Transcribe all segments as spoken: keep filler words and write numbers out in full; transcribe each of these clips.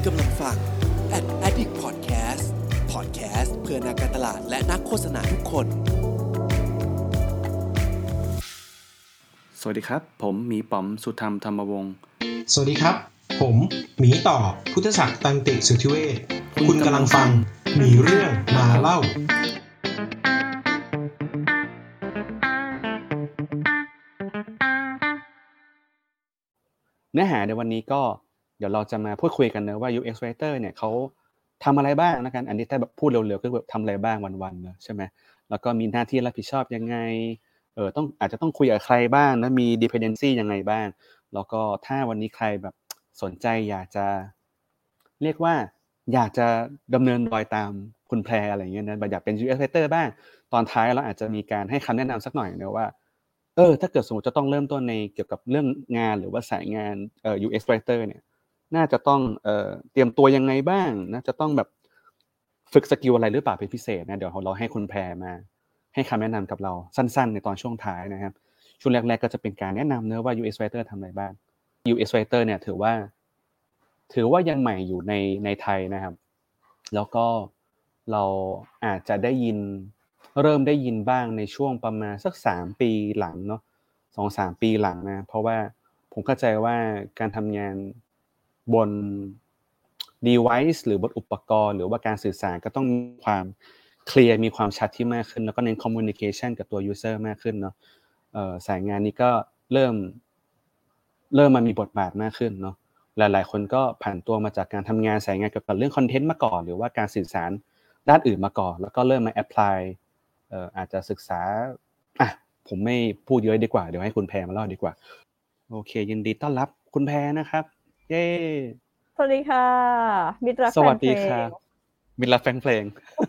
กำลังฟัง Ad Addict Podcast Podcast เพื่อนักการตลาดและนักโฆษณาทุกคนสวัสดีครับผมหมีป๋อมสุธรรมธรรมวงศ์สวัสดีครับผมหมีต่อพุทธศักดิ์ตันติสุทธิเวชคุณกำลังฟังมีเรื่องมาเล่าเนื้อหาในวันนี้ก็เดี๋ยวเราจะมาพูดคุยกันนะว่า ยู เอ็กซ์ Writer เนี่ยเขาทำอะไรบ้างนะกันอันนี้ถ้าแบบพูดเร็วๆก็คือทำอะไรบ้างวันๆเนอะใช่ไหมแล้วก็มีหน้าที่รับผิดชอบยังไงเออต้องอาจจะต้องคุยกับใครบ้างนะมี dependency ยังไงบ้างแล้วก็ถ้าวันนี้ใครแบบสนใจอยากจะเรียกว่าอยากจะดำเนินรอยตามคุณแพรอะไรอย่างเงี้ยนะอยากเป็น ยู เอ็กซ์ Writer บ้างตอนท้ายเราอาจจะมีการให้คำแนะนำสักหน่อยนะว่าเออถ้าเกิดสมมติจะต้องเริ่มต้นในเกี่ยวกับเรื่องงานหรือว่าสายงานเอ่อ ยู เอ็กซ์ Writer เนี่ยน่าจะต้องเอ่อเตรียมตัวยังไงบ้างนะจะต้องแบบฝึกสกิลอะไรหรือเปล่าเป็นพิเศษนะเดี๋ยวเราให้คุณแพรมาให้คำแนะนำกับเราสั้นๆในตอนช่วงท้ายนะครับช่วงแรกๆก็จะเป็นการแนะนำเนอะว่า ยู เอ็กซ์ Writer ทำอะไรบ้าง ยู เอ็กซ์ Writer เนี่ยถือว่าถือว่ายังใหม่อยู่ในในไทยนะครับแล้วก็เราอาจจะได้ยินเริ่มได้ยินบ้างในช่วงประมาณสักสามปีหลังเนาะ สองถึงสาม ปีหลังนะเพราะว่าผมเข้าใจว่าการทำงานบน device หรือบนอุปกรณ์หรือว่าการสื่อสารก็ต้องมีความเคลียร์มีความชัดที่มากขึ้นแล้วก็เน้น communication กับตัว user มากขึ้นเนาะเอ่อสายงานนี้ก็เริ่มเริ่มมามีบทบาทมากขึ้นเนาะหลายๆคนก็ผ่านตัวมาจากการทำงานสายงานเกี่ยวกับเรื่องคอนเทนต์มาก่อนหรือว่าการสื่อสารด้านอื่นมาก่อนแล้วก็เริ่มมา apply เอ่ออาจจะศึกษาอ่ะผมไม่พูดเยอะดีกว่าเดี๋ยวให้คุณแพรมาเล่าดีกว่าโอเคยินดีต้อนรับคุณแพรนะครับเย้สวัสดีค่ะมิตรรักแฟนเพลงสวัสดีครับมิตรรักแฟนเพลง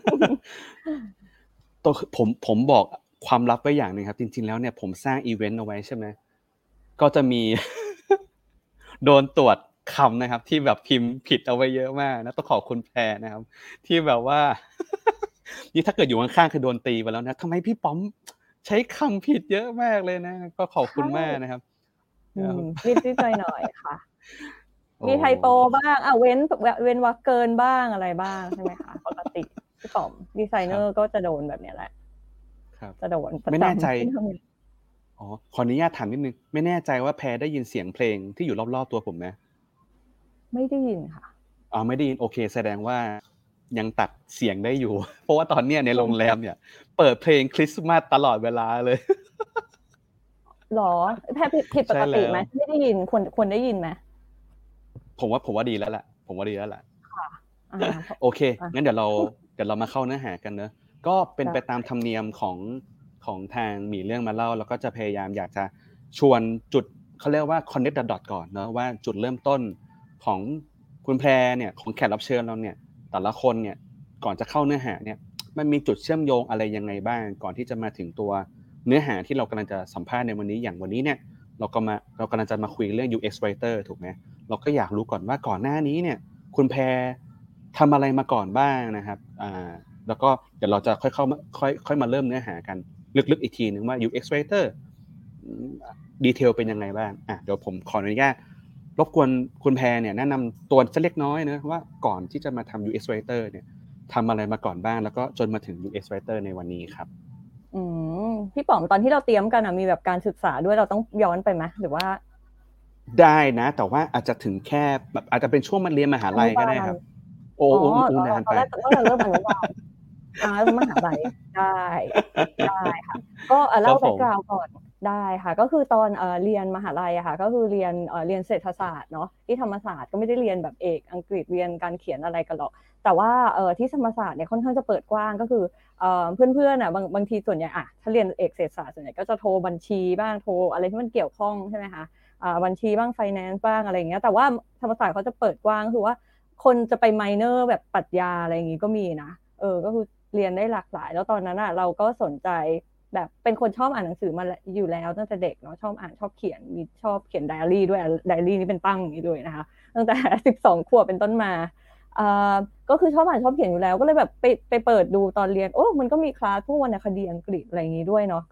ตัวผมผมบอกความลับไว้อย่างนึงครับจริงๆแล้วเนี่ยผมสร้างอีเวนต์เอาไว้ใช่ไหมก็จะมี โดนตรวจคำนะครับที่แบบพิมพ์ผิดเอาไว้เยอะมากนะต้องขอบคุณแพรนะครับที่แบบว่า นี่ถ้าเกิดอยู่ข้างๆคือโดนตีไปแล้วนะทำไมพี่ป๋อมใช้คำผิดเยอะมากเลยนะก็ขอบคุณมากนะครับนิดนิดหน่อยหน่อยค่ะมีไทโปบ้างอ่ะเว้นเว้นวรรคเกินบ้างอะไรบ้างใช่ไหมคะปกติพี่ป๋อมดีไซเนอร์ก็จะโดนแบบนี้แหละจะโดนไม่แน่ใจอ๋อขออนุญาตถามนิดนึงไม่แน่ใจว่าแพรได้ยินเสียงเพลงที่อยู่รอบๆตัวผมไหมไม่ได้ยินค่ะอ๋อไม่ได้ยินโอเคแสดงว่ายังตัดเสียงได้อยู่เพราะว่าตอนเนี้ยในโรงแรมเนี่ยเปิดเพลงคริสต์มาสตลอดเวลาเลยหรอแพรผิดปกติไหมไม่ได้ยินควรควรได้ยินไหมผมว่าผมว่าดีแล้วแหละผมว่าดีแล้วแหละค่ะโอเคงั้นเดี๋ยวเราเดี๋ยวเรามาเข้าเนื้อหากันเนอะก็เป็นไปตามธรรมเนียมของของทางมีเรื่องมาเล่าแล้วก็จะพยายามอยากจะชวนจุดเขาเรียกว่า connect the dot ก่อนเนอะว่าจุดเริ่มต้นของคุณแพรเนี่ยของแขกรับเชิญเราเนี่ยแต่ละคนเนี่ยก่อนจะเข้าเนื้อหาเนี่ยมันมีจุดเชื่อมโยงอะไรยังไงบ้างก่อนที่จะมาถึงตัวเนื้อหาที่เรากำลังจะสัมภาษณ์ในวันนี้อย่างวันนี้เนี่ยเราก็มาเรากำลังจะมาคุยเรื่อง ยู เอ็กซ์ Writer ถูกไหมเราก็อยากรู้ก่อนว่าก่อนหน้านี้เนี่ยคุณแพรทำอะไรมาก่อนบ้างนะครับอ่าแล้วก็เดี๋ยวเราจะค่อยเข้ามาค่อยค่อยมาเริ่มเนื้อหากันลึกๆอีกทีนึงว่า ยู เอ็กซ์ Writer ดีเทลเป็นยังไงบ้างอ่ะเดี๋ยวผมขออนุญาตรบกวนคุณแพรเนี่ยแนะนำตัวสักเล็กน้อยนะว่าก่อนที่จะมาทำ ยู เอ็กซ์ Writer เนี่ยทำอะไรมาก่อนบ้างแล้วก็จนมาถึง ยู เอ็กซ์ Writer ในวันนี้ครับอืมพี่ป๋อมตอนที่เราเตรียมกันอ่ะมีแบบการศึกษาด้วยเราต้องย้อนไปไหมหรือว่าได้นะแต่ว่าอาจจะถึงแค่แบบอาจจะเป็นช่วงมันเรียนมหาลัยก็ได้ครับโอ้โอ้นานไปก็เราเริ่มอนุบาลอ่ามหาลัยได้ได้ค่ะก็เล่าแบ็คกราวด์ก่อนได้ค่ะก็คือตอนเอ่อเรียนมหาลัยอะค่ะก็คือเรียนเอ่อเรียนเศรษฐศาสตร์เนาะที่ธรรมศาสตร์ก็ไม่ได้เรียนแบบเอกอังกฤษเรียนการเขียนอะไรกันหรอกแต่ว่าเอ่อที่ธรรมศาสตร์เนี่ยค่อนข้างจะเปิดกว้างก็คือเอ่อเพื่อนๆอ่ะบางบางทีส่วนใหญ่อะถ้าเรียนเอกเศรษฐศาสตร์ส่วนใหญ่ก็จะโทรบัญชีบ้างโทรอะไรที่มันเกี่ยวข้องใช่ไหมคะอ่าบัญชีบ้างไฟแนนซ์บ้างอะไรอย่างเงี้ยแต่ว่าธรรมศาสตร์เขาจะเปิดกว้างคือว่าคนจะไปไมเนอร์แบบปรัชญาอะไรอย่างงี้ก็มีนะเออก็คือเรียนได้หลากหลายแล้วตอนนั้นอ่ะเราก็สนใจแบบเป็นคนชอบอ่านหนังสือมาอยู่แล้วตั้งแต่เด็กเนาะชอบอ่านชอบเขียนมีชอบเขียนไดอารี่ด้วยไดอารี่นี่เป็นตั้งอย่างนี้เลยนะคะตั้งแต่สิบสองขวบเป็นต้นมาอ่าก็คือชอบอ่านชอบเขียนอยู่แล้วก็เลยแบบไปไปเปิดดูตอนเรียนโอ้มันก็มีคลาสพวกวรรณคดีอังกฤษอะไรอย่างงี้ด้วยเนาะก็แบบ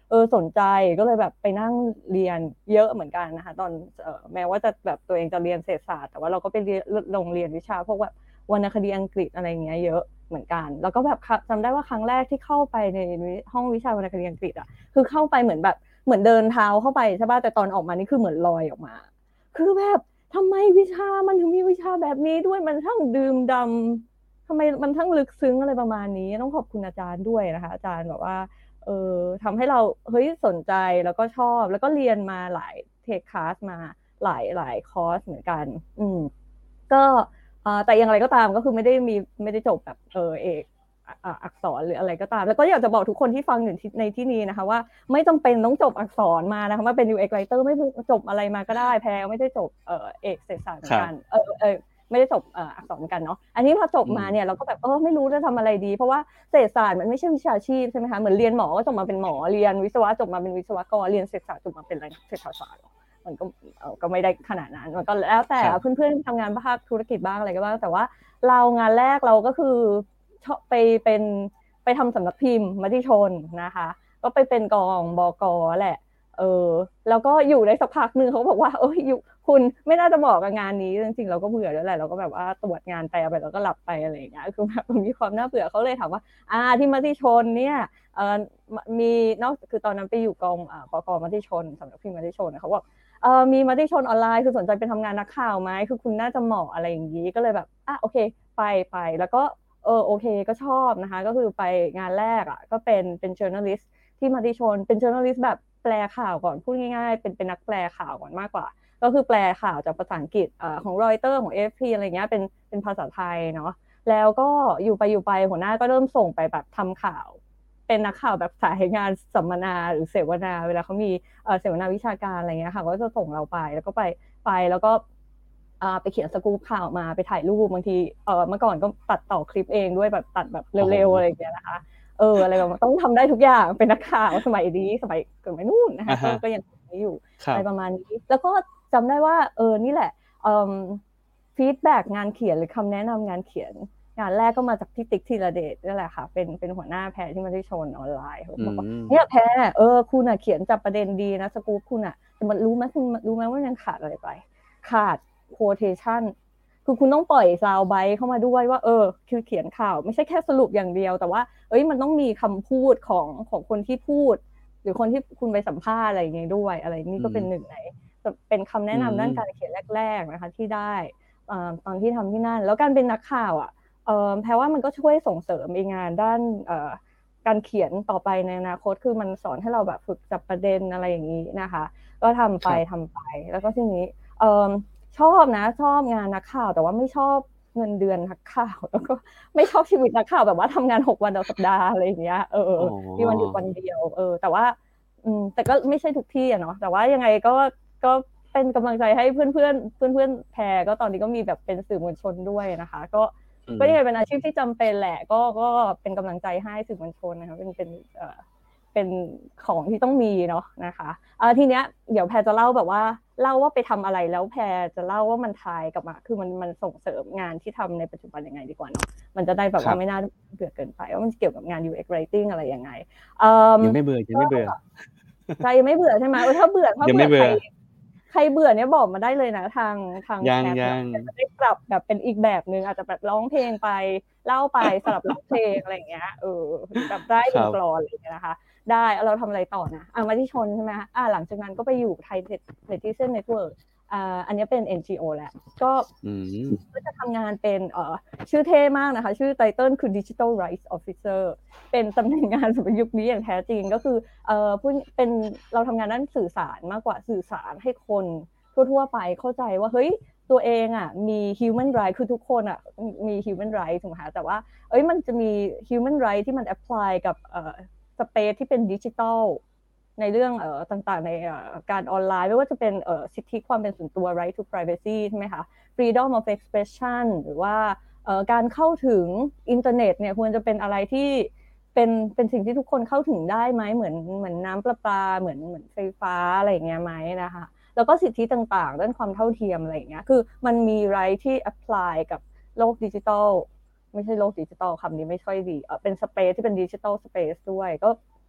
เออสนใจก็เลยแบบไปนั่งเรียนเยอะเหมือนกันนะคะตอนเอ่อแม้ว่าจะแบบตัวเองจะเรียนเศรษฐศาสตร์แต่ว่าเราก็ไปเรียนลงเรียนวิชาพวกแบบวรรณคดีอังกฤษอะไรอย่างเงี้ยเยอะเหมือนกันแล้วก็แบบจำได้ว่าครั้งแรกที่เข้าไปในห้องวิชาวรรณคดีอังกฤษอ่ะคือเข้าไปเหมือนแบบเหมือนเดินเท้าเข้าไปใช่ป่ะแต่ตอนออกมานี่คือเหมือนลอยออกมาคือแบบทำไมวิชามันถึงมีวิชาแบบนี้ด้วยมันทั้งดื่มด่ำทำไมมันทั้งลึกซึ้งอะไรประมาณนี้ต้องขอบคุณอาจารย์ด้วยนะคะอาจารย์แบบว่าเออทำให้เราเฮ้ยสนใจแล้วก็ชอบแล้วก็เรียนมาหลายเทคคลาสมาหลายหลายคอร์สเหมือนกันอืมก็แต่อย่างไรก็ตามก็คือไม่ได้มีไม่ได้จบแบบเออเอกอักษรหรืออะไรก็ตามแล้วก็อยากจะบอกทุกคนที่ฟังอยู่ในที่นี้นะคะว่าไม่จำเป็นต้องจบอักษรมานะคะว่าเป็น ยู เอ็กซ์ Writer ไม่จบอะไรมาก็ได้แพรไม่ได้จบเออเอกเศรษฐศาสตร์เหมือนกันเออเออไม่ได้จบเอ่ออักษรเหมือนกันเนาะอันนี้พอจบมาเนี่ยเราก็แบบเออไม่รู้จะทำอะไรดีเพราะว่าเศรษฐศาสตร์มันไม่ใช่วิชาชีพใช่ไหมคะเหมือนเรียนหมอก็จบมาเป็นหมอเรียนวิศวะจบมาเป็นวิศวกรเรียนเศรษฐศาสตร์จบมาเป็นอะไรเศรษฐศาสตร์มันก็เออก็ไม่ได้ขนาดนั้นมันก็แล้วแต่เพื่อนๆทำงานภาคธุรกิจบ้างอะไรก็บ้างแต่ว่าเรางานแรกเราก็คือชอบไปเป็นไปทำสำนักพิมพ์มติชนนะคะก็ไปเป็นกองบก.แหละเออแล้วก็อยู่ได้สักพักนึงเขาบอกว่าเอ้ยอยู่คุณไม่น่าจะบอกกับงานนี้จริงๆเราก็เบื่อแล้วแหละเราก็แบบว่าตรวจงานไปไปแล้วก็หลับไปอะไรอย่างเงี้ยคือแบบมีความน่าเบื่อเขาเลยถามว่าอ่าที่มติชนเนี่ยเอ่อมีนอกคือตอนนั้นไปอยู่กองอ่าบก.มติชนสำนักพิมพ์มติชนเขาบอกเอ่อมีมติชนออนไลน์คือสนใจไปทำงานนักข่าวไหมคือคุณน่าจะเหมาะอะไรอย่างนี้ก็เลยแบบอ่ะโอเคไปไปแล้วก็เออโอเคก็ชอบนะคะก็คือไปงานแรกอ่ะก็เป็นเป็น journalist ที่มติชนเป็น journalist แบบแปลข่าวก่อนพูดง่ายๆเป็นเป็นนักแปลข่าวก่อนมากกว่าก็คือแปลข่าวจากภาษาอังกฤษเอ่อของ Reuters ของ เอ เอฟ พี อะไรเงี้ยเป็นเป็นภาษาไทยเนาะแล้วก็อยู่ไปอยู่ไปหัวหน้าก็เริ่มส่งไปแบบทำข่าวเป็นนักข่าวแบบสายงานสัมมนาหรือเสวนาเวลาเขามีเอ่อเสวนาวิชาการอะไรเงี้ยค่ะก็จะส่งเราไปแล้วก็ไปไปแล้วก็อ่าไปเขียนสกู๊ปข่าวมาไปถ่ายรูปบางทีเอ่อเมื่อก่อนก็ตัดต่อคลิปเองด้วยแบบตัดแบบเร็วๆอะไรอย่างเงี้ยนะคะเอออะไรแบบต้องทำได้ทุกอย่างเป็นนักข่าวสมัยนี้สมัยเกิดไม่นู่นนะคะก็ก็ยังนี้อยู่อะไรประมาณนี้แล้วก็จำได้ว่าเออนี่แหละเอ่อฟีดแบ็กงานเขียนหรือคำแนะนำงานเขียนงานแรกก็มาจากพี่ติ๊กธีรเดชนี่แหละค่ะเป็นเป็นหัวหน้าแพรที่มติชนออนไลน์เขาบอกว่าเนี่ยแพรเออคุณอ่ะเขียนจับประเด็นดีนะสกู๊ปคุณอ่ะแต่มันรู้ไหมคุณรู้ไหมว่ายังขาดอะไรไปขาด quotation คือคุณต้องปล่อยซาวด์ไบต์เข้ามาด้วยว่าเออคือเขียนข่าวไม่ใช่แค่สรุปอย่างเดียวแต่ว่าเอ้ยมันต้องมีคำพูดของของคนที่พูดหรือคนที่คุณไปสัมภาษณ์อะไรอย่างเงี้ยด้วยอะไรนี่ก็เป็นหนึ่งในเป็นคำแนะนำด้านการเขียนแรกๆนะคะที่ได้ตอนที่ทำที่นั่นแล้วการเป็นนักข่าวอ่ะแปลว่ามันก็ช่วยส่งเสริมงานด้านการเขียนต่อไปในอนาคตคือมันสอนให้เราแบบฝึกจับประเด็นอะไรอย่างนี้นะคะก็ทำไปทำไปแล้วก็ทีนี้ชอบนะชอบงานนักข่าวแต่ว่าไม่ชอบเงินเดือนนักข่าวแล้วก็ไม่ชอบชีวิตนักข่าวแบบว่าทำงานหกวันต่อสัปดาห์อะไรอย่างเงี้ยเออมีวันหยุดวันเดียวเออแต่ว่าอืมแต่ก็ไม่ใช่ทุกที่อะเนาะแต่ว่ายังไงก็ก็เป็นกำลังใจให้เพื่อนเพื่อนเพื่อนเพื่อนแพรก็ตอนนี้ก็มีแบบเป็นสื่อมวลชนด้วยนะคะก็ก็ยังไงเป็นอาชีพที่จำเป็นแหละก็ก็เป็นกำลังใจให้สื่อมวลชนนะคะเป็นเป็นเอ่อเป็นของที่ต้องมีเนาะนะคะเออทีเนี้ยเดี๋ยวแพรจะเล่าแบบว่าเล่าว่าไปทำอะไรแล้วแพรจะเล่าว่ามันทายกลับมาคือมันมันส่งเสริมงานที่ทำในปัจจุบันยังไงดีกว่าเนาะมันจะได้แบบว่าไม่น่าเบื่อเกินไปว่ามันเกี่ยวกับงาน ยู เอ็กซ์ Writing อะไรยังไงยังไม่เบื่อยังไม่เบื่อใช่ยังไม่เบื่อใช่ไหมเออถ้าเบื่อถ้าเบื่อใครใครเบื่อเนี่ยบอกมาได้เลยนะทางทางแชทจะได้กลับแบบเป็นอีกแบบนึงอาจจะแบบร้องเพลงไปเล่าไปสลับร้องเพลงอะไรอย่างเงี้ยเออแบบได้เป็นกลอนอะไรอย่างเงี้ยนะคะได้เราทำอะไรต่อนะอ่ะมาที่ชนใช่ไหมอ่ะหลังจากนั้นก็ไปอยู่ไทยเน็ตติเซนเน็ตเวิร์กอ่าอันนี้เป็น เอ็น จี โอ แหละก็ก็จะทำงานเป็นเอ่อชื่อเท่มากนะคะชื่อไตเติ้ลคือ Digital Rights Officer เป็นตำแหน่งงานสำหรับยุคนี้อย่างแท้จริงก็คือเอ่อพูดเป็นเราทำงานด้านสื่อสารมากกว่าสื่อสารให้คนทั่วๆไปเข้าใจว่าเฮ้ยตัวเองอ่ะมี human right คือทุกคนอ่ะมี human right ถูกไหมคะแต่ว่าเอ้ยมันจะมี human right ที่มัน apply กับเอ่อสเปซที่เป็นดิจิทัลในเรื่องเอ่อต่างๆในเอ่อการออนไลน์ไม่ว่าจะเป็นเอ่อสิทธิความเป็นส่วนตัว right to privacy ใช่ไหมคะ freedom of expression หรือว่าเอ่อการเข้าถึงอินเทอร์เน็ตเนี่ยควรจะเป็นอะไรที่เป็นเป็นสิ่งที่ทุกคนเข้าถึงได้ไหมเหมือนเหมือนน้ำประปาเหมือนเหมือนไฟฟ้าอะไรอย่างเงี้ยไหมนะคะแล้วก็สิทธิต่างๆด้านความเท่าเทียมอะไรอย่างเงี้ยคือมันมี right ที่ apply กับโลกดิจิทัลไม่ใช่โลกดิจิทัลคำนี้ไม่ค่อยดีเออเป็นสเปซที่เป็นดิจิทัลสเปซด้วยก็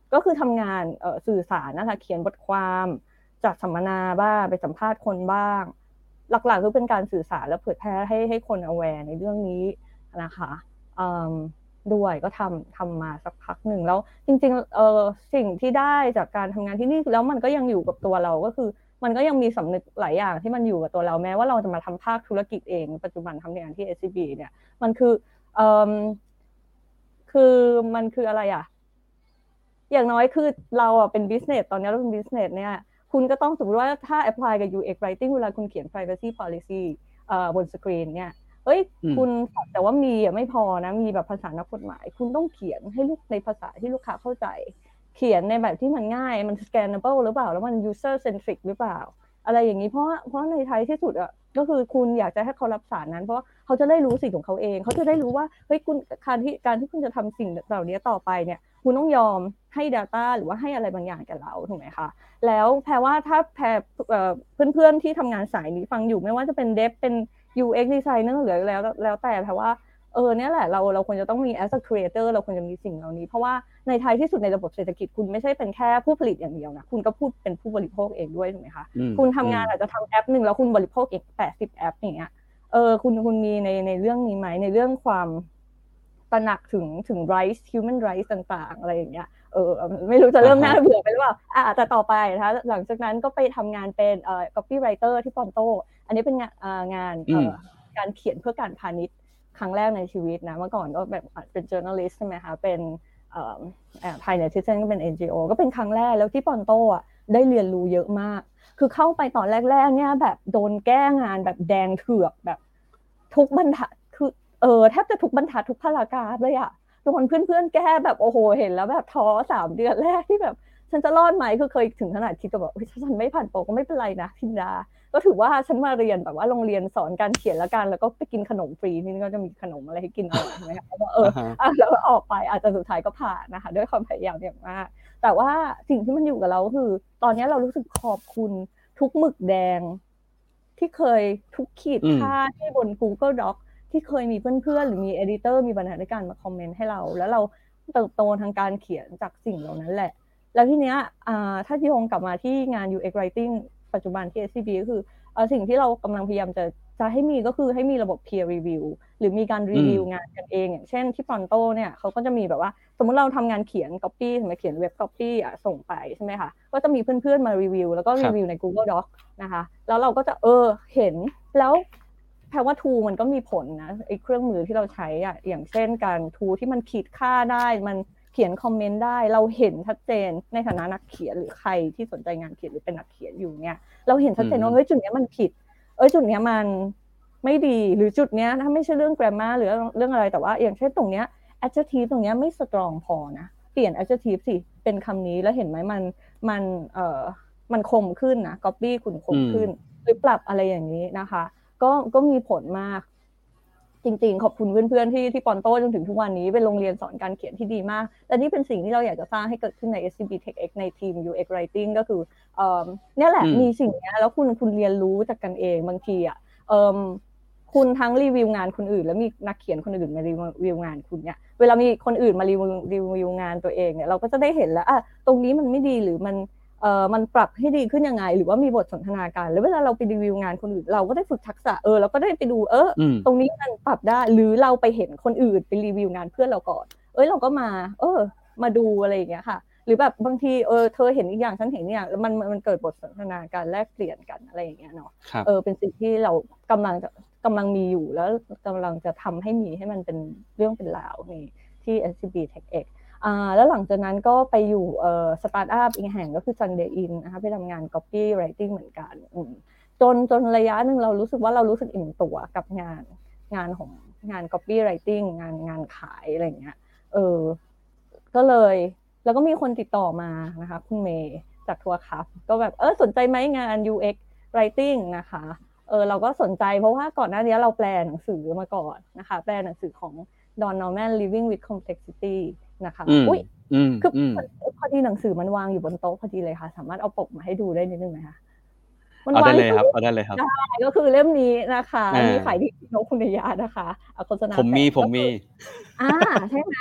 ก็คือทำงานเอ่อสื่อสารนะคะเขียนบทความจัดสัมมนาบ้างไปสัมภาษณ์คนบ้างหลักๆคือเป็นการสื่อสารและเผยแพร่ให้ให้คน aware ในเรื่องนี้นะคะด้วยก็ทำทำมาสักพักหนึ่งแล้วจริงๆเออสิ่งที่ได้จากการทำงานที่นี่แล้วมันก็ยังอยู่กับตัวเราก็คือมันก็ยังมีสำนึกหลายอย่างที่มันอยู่กับตัวเราแม้ว่าเราจะมาทำภาคธุรกิจเองปัจจุบันทำงานที่ เอส ซี บี เนี่ยมันคือเอ่อคือมันคืออะไรอ่ะอย่างน้อยคือเราอ่ะเป็น business ตอนนี้เราเป็น business เนี่ยคุณก็ต้องสมมติว่าถ้า apply กับ ยู เอ็กซ์ writing เวลาคุณเขียน privacy policy เอ่อบนสกรีนเนี่ยเฮ้ยคุณแต่ว่ามีอ่ะไม่พอนะมีแบบภาษานักกฎหมายคุณต้องเขียนให้ลูกในภาษาที่ลูกค้าเข้าใจเขียนในแบบที่มันง่ายมัน scannable หรือเปล่าแล้วมัน user centric หรือเปล่าอะไรอย่างนี้เพราะเพราะในท้ายที่สุดอ่ะก็คือคุณอยากจะให้เขารับสารนั้นเพราะเขาจะได้รู้สิ่งของเขาเองเขาจะได้รู้ว่าเฮ้ยคุณการที่การที่คุณจะทำสิ่งเหล่านี้ต่อไปเนี่ยคุณต้องยอมให้ data หรือว่าให้อะไรบางอย่างแก่เราถูกไหมคะแล้วแพรว่าถ้าแพรเพื่อนๆที่ทำงานสายนี้ฟังอยู่ไม่ว่าจะเป็น dev เป็น ยู เอ็กซ์ designer หรือแล้วแล้วแต่แปลว่าเออเนี่ยแหละเราเราควรจะต้องมี as a creator เราควรจะมีสิ่งเหล่านี้เพราะว่าในท้ายที่สุดในระบบเศรษฐกิจคุณไม่ใช่เป็นแค่ผู้ผลิตอย่างเดียวนะคุณก็พูดเป็นผู้บริโภคเองด้วยถูกไหมคะคุณทำงานอาจจะทำแอปหนึ่งแล้วคุณบริโภคอีกแปดสิบแอปอย่างเงี้ยเออคุณคุณมีในในเรื่องนี้ไหมในเรื่องความตระหนักถึงถึง rights human rights ต่างๆอะไรอย่างเงี้ยเออไม่รู้จะเริ่มน่าเบื่อไปหรือเปล่าอ่ะแต่ต่อไปนะคะหลังจากนั้นก็ไปทำงานเป็นเอ่อ copywriter ที่ปอนโตอันนี้เป็นงานเอ่องานเอ่อการเขียนเพื่อการพาณิชย์ครั้งแรกในชีวิตนะเมื่อก่อนก็แบบเป็น journalist ใช่ไหมคะเป็นเอ่อไทย Netizen ก็เป็น เอ็น จี โอ ก็เป็นครั้งแรกแล้วที่ปอนโตอ่ะได้เรียนรู้เยอะมากคือเข้าไปตอนแรกๆเนี่ยแบบโดนแก้งานแบบแดงเถือกแบบทุกบรรทัดคือเออแทบจะทุกบรรทัดทุกพารากราฟเลยอะโดนเพื่อนๆแก้แบบโอ้โหเห็นแล้วแบบท้อสามเดือนแรกที่แบบฉันจะรอดไหมคือเคยถึงขนาดคิดแบบถ้าฉันไม่ผ่านโปรก็ไม่เป็นไรนะพิมดาก็ถือว่าฉันมาเรียนแบบว่าโรงเรียนสอนการเขียนแล้วกันแล้วก็ไปกินขนมฟรีนี่ก็จะมีขนมอะไรให้กินอร่อยใช่ไหมคะแล้วก็เออแล้วออกไปอาจจะสุดท้ายก็ผ่านนะคะด้วยความพยายามอย่างมากแต่ว่าสิ่งที่มันอยู่กับเราคือตอนนี้เรารู้สึกขอบคุณทุกหมึกแดงที่เคยทุกขีดค่าที่บน Google Doc ที่เคยมีเพื่อนๆหรือมี editor มีบรรณาธิการมาคอมเมนต์ให้เราแล้วเราเติบโตทางการเขียนจากสิ่งเหล่านั้นแหละแล้วทีเนี้ยถ้าโยงกลับมาที่งาน ยู เอ็กซ์ Writing ปัจจุบันที่ เอส ซี บี ก็คือสิ่งที่เรากำลังพยายามจะจะให้มีก็คือให้มีระบบ peer review หรือมีการรีวิวงานกันเองอย่างเช่นที่ปอนโตเนี่ยเขาก็จะมีแบบว่าสมมติเราทำงานเขียน copy สมมติเขียนเว็บ copy อ่ะส่งไปใช่ไหมคะก็จะมีเพื่อนๆมารีวิวแล้วก็รีวิวใน Google Doc นะคะแล้วเราก็จะเออเห็นแล้วแปลว่า tool มันก็มีผลนะไอ้เครื่องมือที่เราใช้อ่ะอย่างเช่นการ tool ที่มันขีดค่าได้มันเขียนคอมเมนต์ได้เราเห็นชัดเจนในฐานะนักเขียนหรือใครที่สนใจงานเขียนหรือเป็นนักเขียนอยู่เนี่ยเราเห็นชัดเจนว่าเฮ้ยจุดนี้มันผิดเอ้ยจุดนี้มันไม่ดีหรือจุดเนี้ยถ้าไม่ใช่เรื่อง grammar หรือเรื่องอะไรแต่ว่าอย่างเช่นตรงเนี้ย adjective ตรงเนี้ยไม่ strong พอนะเปลี่ยน adjective สิเป็นคำนี้แล้วเห็นไหมมันมันเอ่อมันคมขึ้นนะ copy คุณคมขึ้นหรือปรับอะไรอย่างนี้นะคะก็ก็มีผลมากจริงๆขอบคุณเพื่อนๆที่ที่ปอนโตจนถึงทุกวันนี้เป็นโรงเรียนสอนการเขียนที่ดีมากและนี่เป็นสิ่งที่เราอยากจะสร้างให้เกิดขึ้นใน เอส ซี บี TechX ในทีม ยู เอ็กซ์ Writing ก็คือเอ่อเนี่ยแหละมีสิ่งนี้แล้วคุณคุณเรียนรู้จากกันเองบางทีอ่ะเอ่อคุณทั้งรีวิวงานคนอื่นแล้วมีนักเขียนคนอื่นมารีวิวงานคุณเนี่ยเวลามีคนอื่นมารีวิวรีวิวงานตัวเองเนี่ยเราก็จะได้เห็นแล้วอ่ะตรงนี้มันไม่ดีหรือมันเอ่อมันปรับให้ดีขึ้นยังไงหรือว่ามีบทสนทนาการแล้วเวลาเราไปรีวิวงานคนอื่นเราก็ได้ฝึกทักษะเออเราก็ได้ไปดูเออตรงนี้มันปรับได้หรือเราไปเห็นคนอื่นไปรีวิวงานเพื่อนเราก่อนเอ้ยเราก็มาเออมาดูอะไรอย่างเงี้ยค่ะหรือแบบบางทีเออเธอเห็นอีกอย่างฉันเห็นเนี่ยแล้วมันมันเกิดบทสนทนาการแลกเปลี่ยนกันอะไรอย่างเงี้ยเนาะเออเป็นสิ่งที่เรากำลังจะกำลังมีอยู่แล้วกำลังจะทำให้มีให้มันเป็นเรื่องเป็นราวนี่ที่ เอส ซี บี TechXอ่าแล้วหลังจากนั้นก็ไปอยู่เอ่อสตาร์ทอัพอีกแห่งก็คือ Sunday In นะคะไปทำงาน copy writing เหมือนกันจนจนระยะนึงเรารู้สึกว่าเรารู้สึกอิ่มตัวกับงานงานของงาน copy writing งานงานขายอะไรอย่างเงี้ยเออก็เลยแล้วก็มีคนติดต่อมานะคะคุณเมย์จากทัวร์คัพก็แบบเออสนใจไหมงาน ยู เอ็กซ์ writing นะคะเออเราก็สนใจเพราะว่าก่อนหน้านี้เราแปลหนังสือมาก่อนนะคะแปลหนังสือของDon Norman Living with Complexity นะคะอุ้ยคือพอดีหนังสือมันวางอยู่บนโต๊ะพอดีเลยค่ะสามารถเอาปกมาให้ดูได้นิดนึงไหมคะเอาได้เลยครับเอาได้เลยครับได้ก็คือเล่มนี้นะคะมีขายที่นกคุณยานะคะเอาโฆษณาผมมีผมมีอ่าใช่ไหม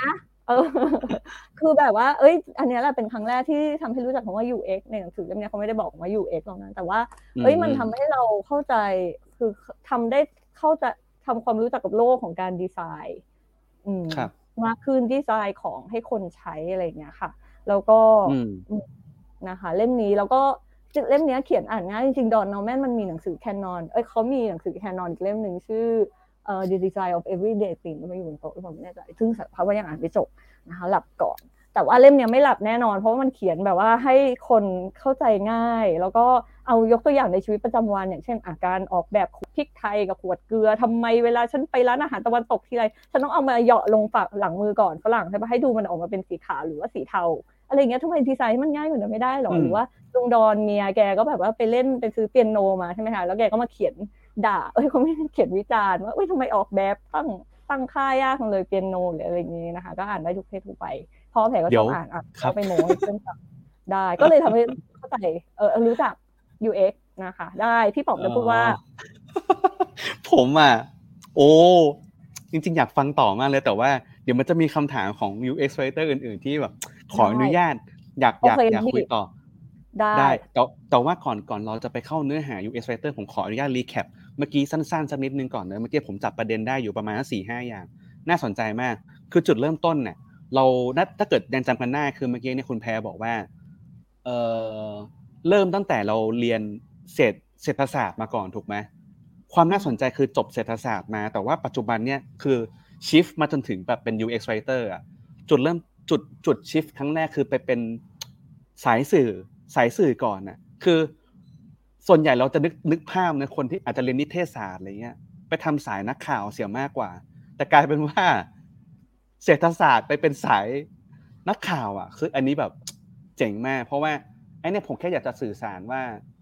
เออคือแบบว่าเอ้ยอันนี้แหละเป็นครั้งแรกที่ทำให้รู้จักคำว่า ยู เอ็กซ์ ในหนังสือเล่มนี้เขาไม่ได้บอกว่า ยู เอ็กซ์ หรอกนะแต่ว่าเอ้ยมันทำให้เราเข้าใจคือทำได้เข้าใจทำความรู้จักกับโลกของการดีไซน์อืมมากขึ้นดีไซน์ของให้คนใช้อะไรอย่างเงี้ยค่ะแล้วก็นะคะเล่มนี้แล้วก็เล่มนี้เขียนอ่านง่ายจริงๆดอนนอร์แมนมันมีหนังสือแคนนอนเอ้ยเขามีหนังสือแคนนอนอีกเล่มนึงชื่อเอ่อ The Design of Everyday Things มาอยู่บนโต๊ะผมไม่แน่ใจซึ่งเพราะว่ายังอ่านไม่จบนะคะหลับก่อนแต่ว่าเล่มนี้ไม่หลับแน่นอนเพราะว่ามันเขียนแบบว่าให้คนเข้าใจง่ายแล้วก็เอายกตัวอย่างในชีวิตประจำวันอย่างเช่นอาการออกแบบพริกไทยกับขวดเกลือทำไมเวลาฉันไปร้านอาหารตะวันตกทีไรฉันต้องเอามาเหยาะลงฝักหลังมือก่อนฝรั่งใช่ปะให้ดูมันออกมาเป็นสีขาวหรือว่าสีเทาอะไรเงี้ยทำไมดีไซน์มันง่ายกว่านั้นไม่ได้หรอหรือว่าลุงดอนเมียแกก็แบบว่าไปเล่นไปซื้อเปียโนมาใช่ไหมคะแล้วแกก็มาเขียนด่าเอ้ยเขาไม่เขียนวิจารณ์ว่าเอ้ยทำไมออกแบบตั้งตั้งค่ายากเลยเปียโนหรืออะไรอย่างงี้นะคะก็อ่านได้ทุกเพศทุกไปพอแผลก็ชอบอ่านอ่ะก็ไปโม้ให้เพื่อนฟังได้ก็เลยทำให้เข้าใจเออรู้จัก ยู เอ็กซ์ นะคะได้พี่ป๋อมจะพูดว่าผมอ่ะโอ้จริงๆอยากฟังต่อมากเลยแต่ว่าเดี๋ยวมันจะมีคำถามของ ยู เอ็กซ์ Writer อื่นๆที่แบบขออนุญาตอยากอยากอยากคุยต่อได้แต่แต่ว่าก่อนก่อนเราจะไปเข้าเนื้อหา ยู เอ็กซ์ Writer ผมขออนุญาตรีแคปเมื่อกี้สั้นๆสักนิดนึงก่อนเนอะเมื่อกี้ผมจับประเด็นได้อยู่ประมาณ สี่ห้า อย่างน่าสนใจมากคือจุดเริ่มต้นเนี่ยเราถ้าเกิดยังจำกันได้คือเมื่อกี้เนี่ยคุณแพรบอกว่าเอ่อเริ่มตั้งแต่เราเรียนเศรษฐเศรษฐศาสตร์มาก่อนถูกไหมความน่าสนใจคือจบเศรษฐศาสตร์มาแต่ว่าปัจจุบันเนี่ยคือชิฟต์มาจนถึงแบบเป็น ยู เอ็กซ์ Writer อ่ะจุดเริ่มจุดจุดชิฟต์ครั้งแรกคือไปเป็นสายสื่อสายสื่อก่อนน่ะคือส่วนใหญ่เราจะนึกนึกภาพนะคนที่อาจจะเรียนนิเทศศาสตร์อะไรเงี้ยไปทำสายนักข่าวเสียมากกว่าแต่กลายเป็นว่าเศรษฐศาสตร์ไปเป็นสายนักข่าวอ่ะคืออันนี้แบบเจ๋งมากเพราะว่าไอ้เนี่ยผมแค่อยากจะสื่อสารว่า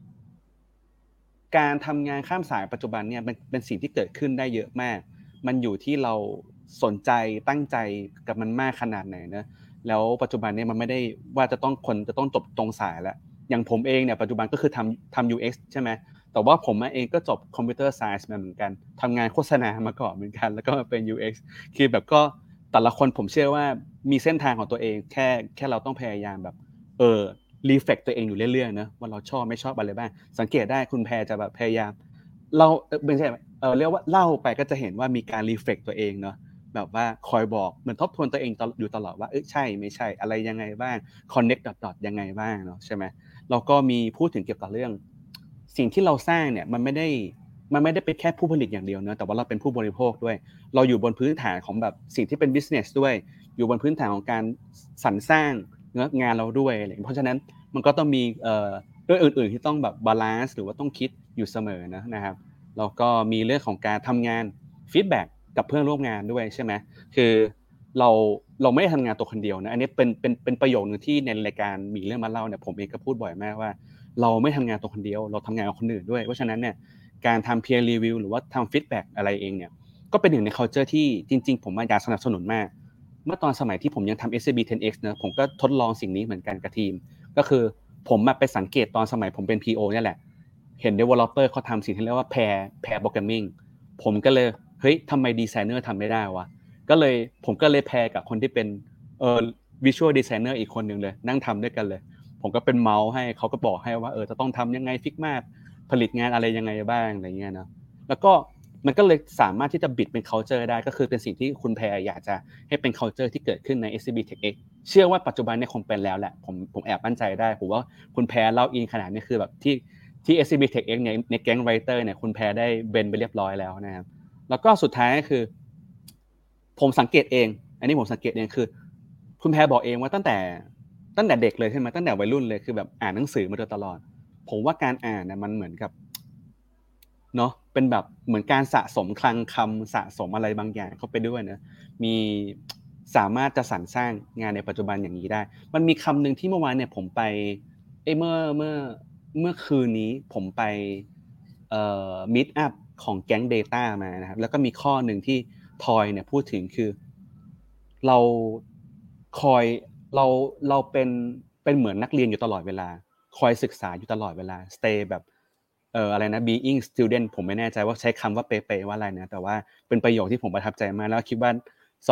การทำงานข้ามสายปัจจุบันเนี่ยมันเป็นสิ่งที่เกิดขึ้นได้เยอะมากมันอยู่ที่เราสนใจตั้งใจกับมันมากขนาดไหนนะแล้วปัจจุบันเนี่ยมันไม่ได้ว่าจะต้องคนจะต้องจบตรงสายแล้วอย่างผมเองเนี่ยปัจจุบันก็คือทำทำ ยู เอ็กซ์ ใช่ไหมแต่ว่าผมเองก็จบ Computer Science มาเหมือนกันทำงานโฆษณามาก่อนเหมือนกันแล้วก็มาเป็น ยู เอ็กซ์ คือแบบก็แต่ละคนผมเชื่อว่ามีเส้นทางของตัวเองแค่แค่เราต้องพยายามแบบเออรีเฟล็กตัวเองอยู่เรื่อยๆนะว่าเราชอบไม่ชอบอะไรบ้างสังเกตได้คุณแพรจะแบบพยายามเราไม่ใช่เออเรียกว่าเล่าไปก็จะเห็นว่ามีการรีเฟล็กตัวเองเนาะแบบว่าคอยบอกเหมือนทบทวนตัวเองอยู่ตลอดว่าเอ้ยใช่ไม่ใช่อะไรยังไงบ้างคอนเนคดอทๆยังไงบ้างเนาะใช่ไหมเราก็มีพูดถึงเกี่ยวกับเรื่องสิ่งที่เราสร้างเนี่ยมันไม่ได้มันไม่ได้เป็นแค่ผู้ผลิตอย่างเดียวเนอะแต่ว่าเราเป็นผู้บริโภคด้วยเราอยู่บนพื้นฐานของแบบสิ่งที่เป็น business ด้วยอยู่บนพื้นฐานของการสรรสร้างงานเราด้วยอะไรเพราะฉะนั้นมันก็ต้องมีเอ่อเรื่องอื่นๆที่ต้องแบบบาลานซ์หรือว่าต้องคิดอยู่เสมอนะนะครับแล้วก็มีเรื่องของการทำงานฟีดแบ็กกับเพื่อนร่วมงานด้วยใช่ไหมคือเราเราไม่ได้ทำงานตัวคนเดียวนะอันนี้เป็นเป็นเป็นประโยคนึงที่ในรายการมีเรื่องมาเล่าเนี่ยผมเองก็พูดบ่อยมากว่าเราไม่ทำงานตัวคนเดียวเราทำงานกับคนอื่นด้วยเพราะฉะนั้นเนี่ยการทำ peer review หรือว่าทำ feedback อะไรเองเนี่ยก็เป็นหนึ่งใน culture ที่จริงๆผมอยากสนับสนุนมากเมื่อตอนสมัยที่ผมยังทำ เอส ซี บี เท็น เอ็กซ์ นะผมก็ทดลองสิ่งนี้เหมือนกันกับทีมก็คือผมไปสังเกตตอนสมัยผมเป็น พี โอ เนี่ยแหละเห็น developer เขาทำสิ่งที่เรียกว่า pair pair programming ผมก็เลยเฮ้ยทำไมดีไซเนอร์ทำไม่ได้วะก็เลยผมก็เลยแพร์กับคนที่เป็นเอ่อ visual designer อีกคนนึงเลยนั่งทำด้วยกันเลยผมก็เป็นเมาส์ให้เขาก็บอกให้ว่าเออจะต้องทำยังไงฟิกมาผลิตงานอะไรยังไงบ้างอะไรเงี้ยนะแล้วก็มันก็เลยสามารถที่จะบิดเป็น culture ได้ก็คือเป็นสิ่งที่คุณแพรอยากจะให้เป็น culture ที่เกิดขึ้นใน เอส ซี บี TechX เชื่อว่าปัจจุบันเนี่ยคงเป็นแล้วแหละผมผมแอบมั่นใจได้ผมว่าคุณแพรเล่าอินขนาดนี้คือแบบที่ที่ เอส ซี บี TechX เนี่ยในแก๊ง writer เนี่ยคุณแพรได้เบนไปเรียบร้อยแล้วนะครับแล้วก็สุดท้ายก็คือผมสังเกตเองอันนี้ผมสังเกตเองคือคุณแพรบอกเองว่าตั้งแต่ตั้งแต่เด็กเลยใช่ไหมตั้งแต่วัยรุ่นเลยคือแบบอ่านหนังสือมาโดยตลอดผมว่าการอ่านเนี่ยมันเหมือนกับเนาะเป็นแบบเหมือนการสะสมคลังคำสะสมอะไรบางอย่างเข้าไปด้วยนะมีสามารถจะสรรสร้างงานในปัจจุบันอย่างนี้ได้มันมีคำนึงที่เมื่อวานเนี่ยผมไปเอ้เมื่อเมื่อเมื่อคืนนี้ผมไปเอ่อมีตอัพของแก๊ง Data มานะครับแล้วก็มีข้อนึงที่ทอยเนี่ยพูดถึงคือเราคอยเราเราเป็นเป็นเหมือนนักเรียนอยู่ตลอดเวลาคอยศึกษาอยู่ตลอดเวลา stay แบบเอ่ออะไรนะ being student ผมไม่แน่ใจว่าใช้คำว่าเป๊ะๆว่าอะไรนะแต่ว่าเป็นประโยคที่ผมประทับใจมากแล้วคิดว่าสอด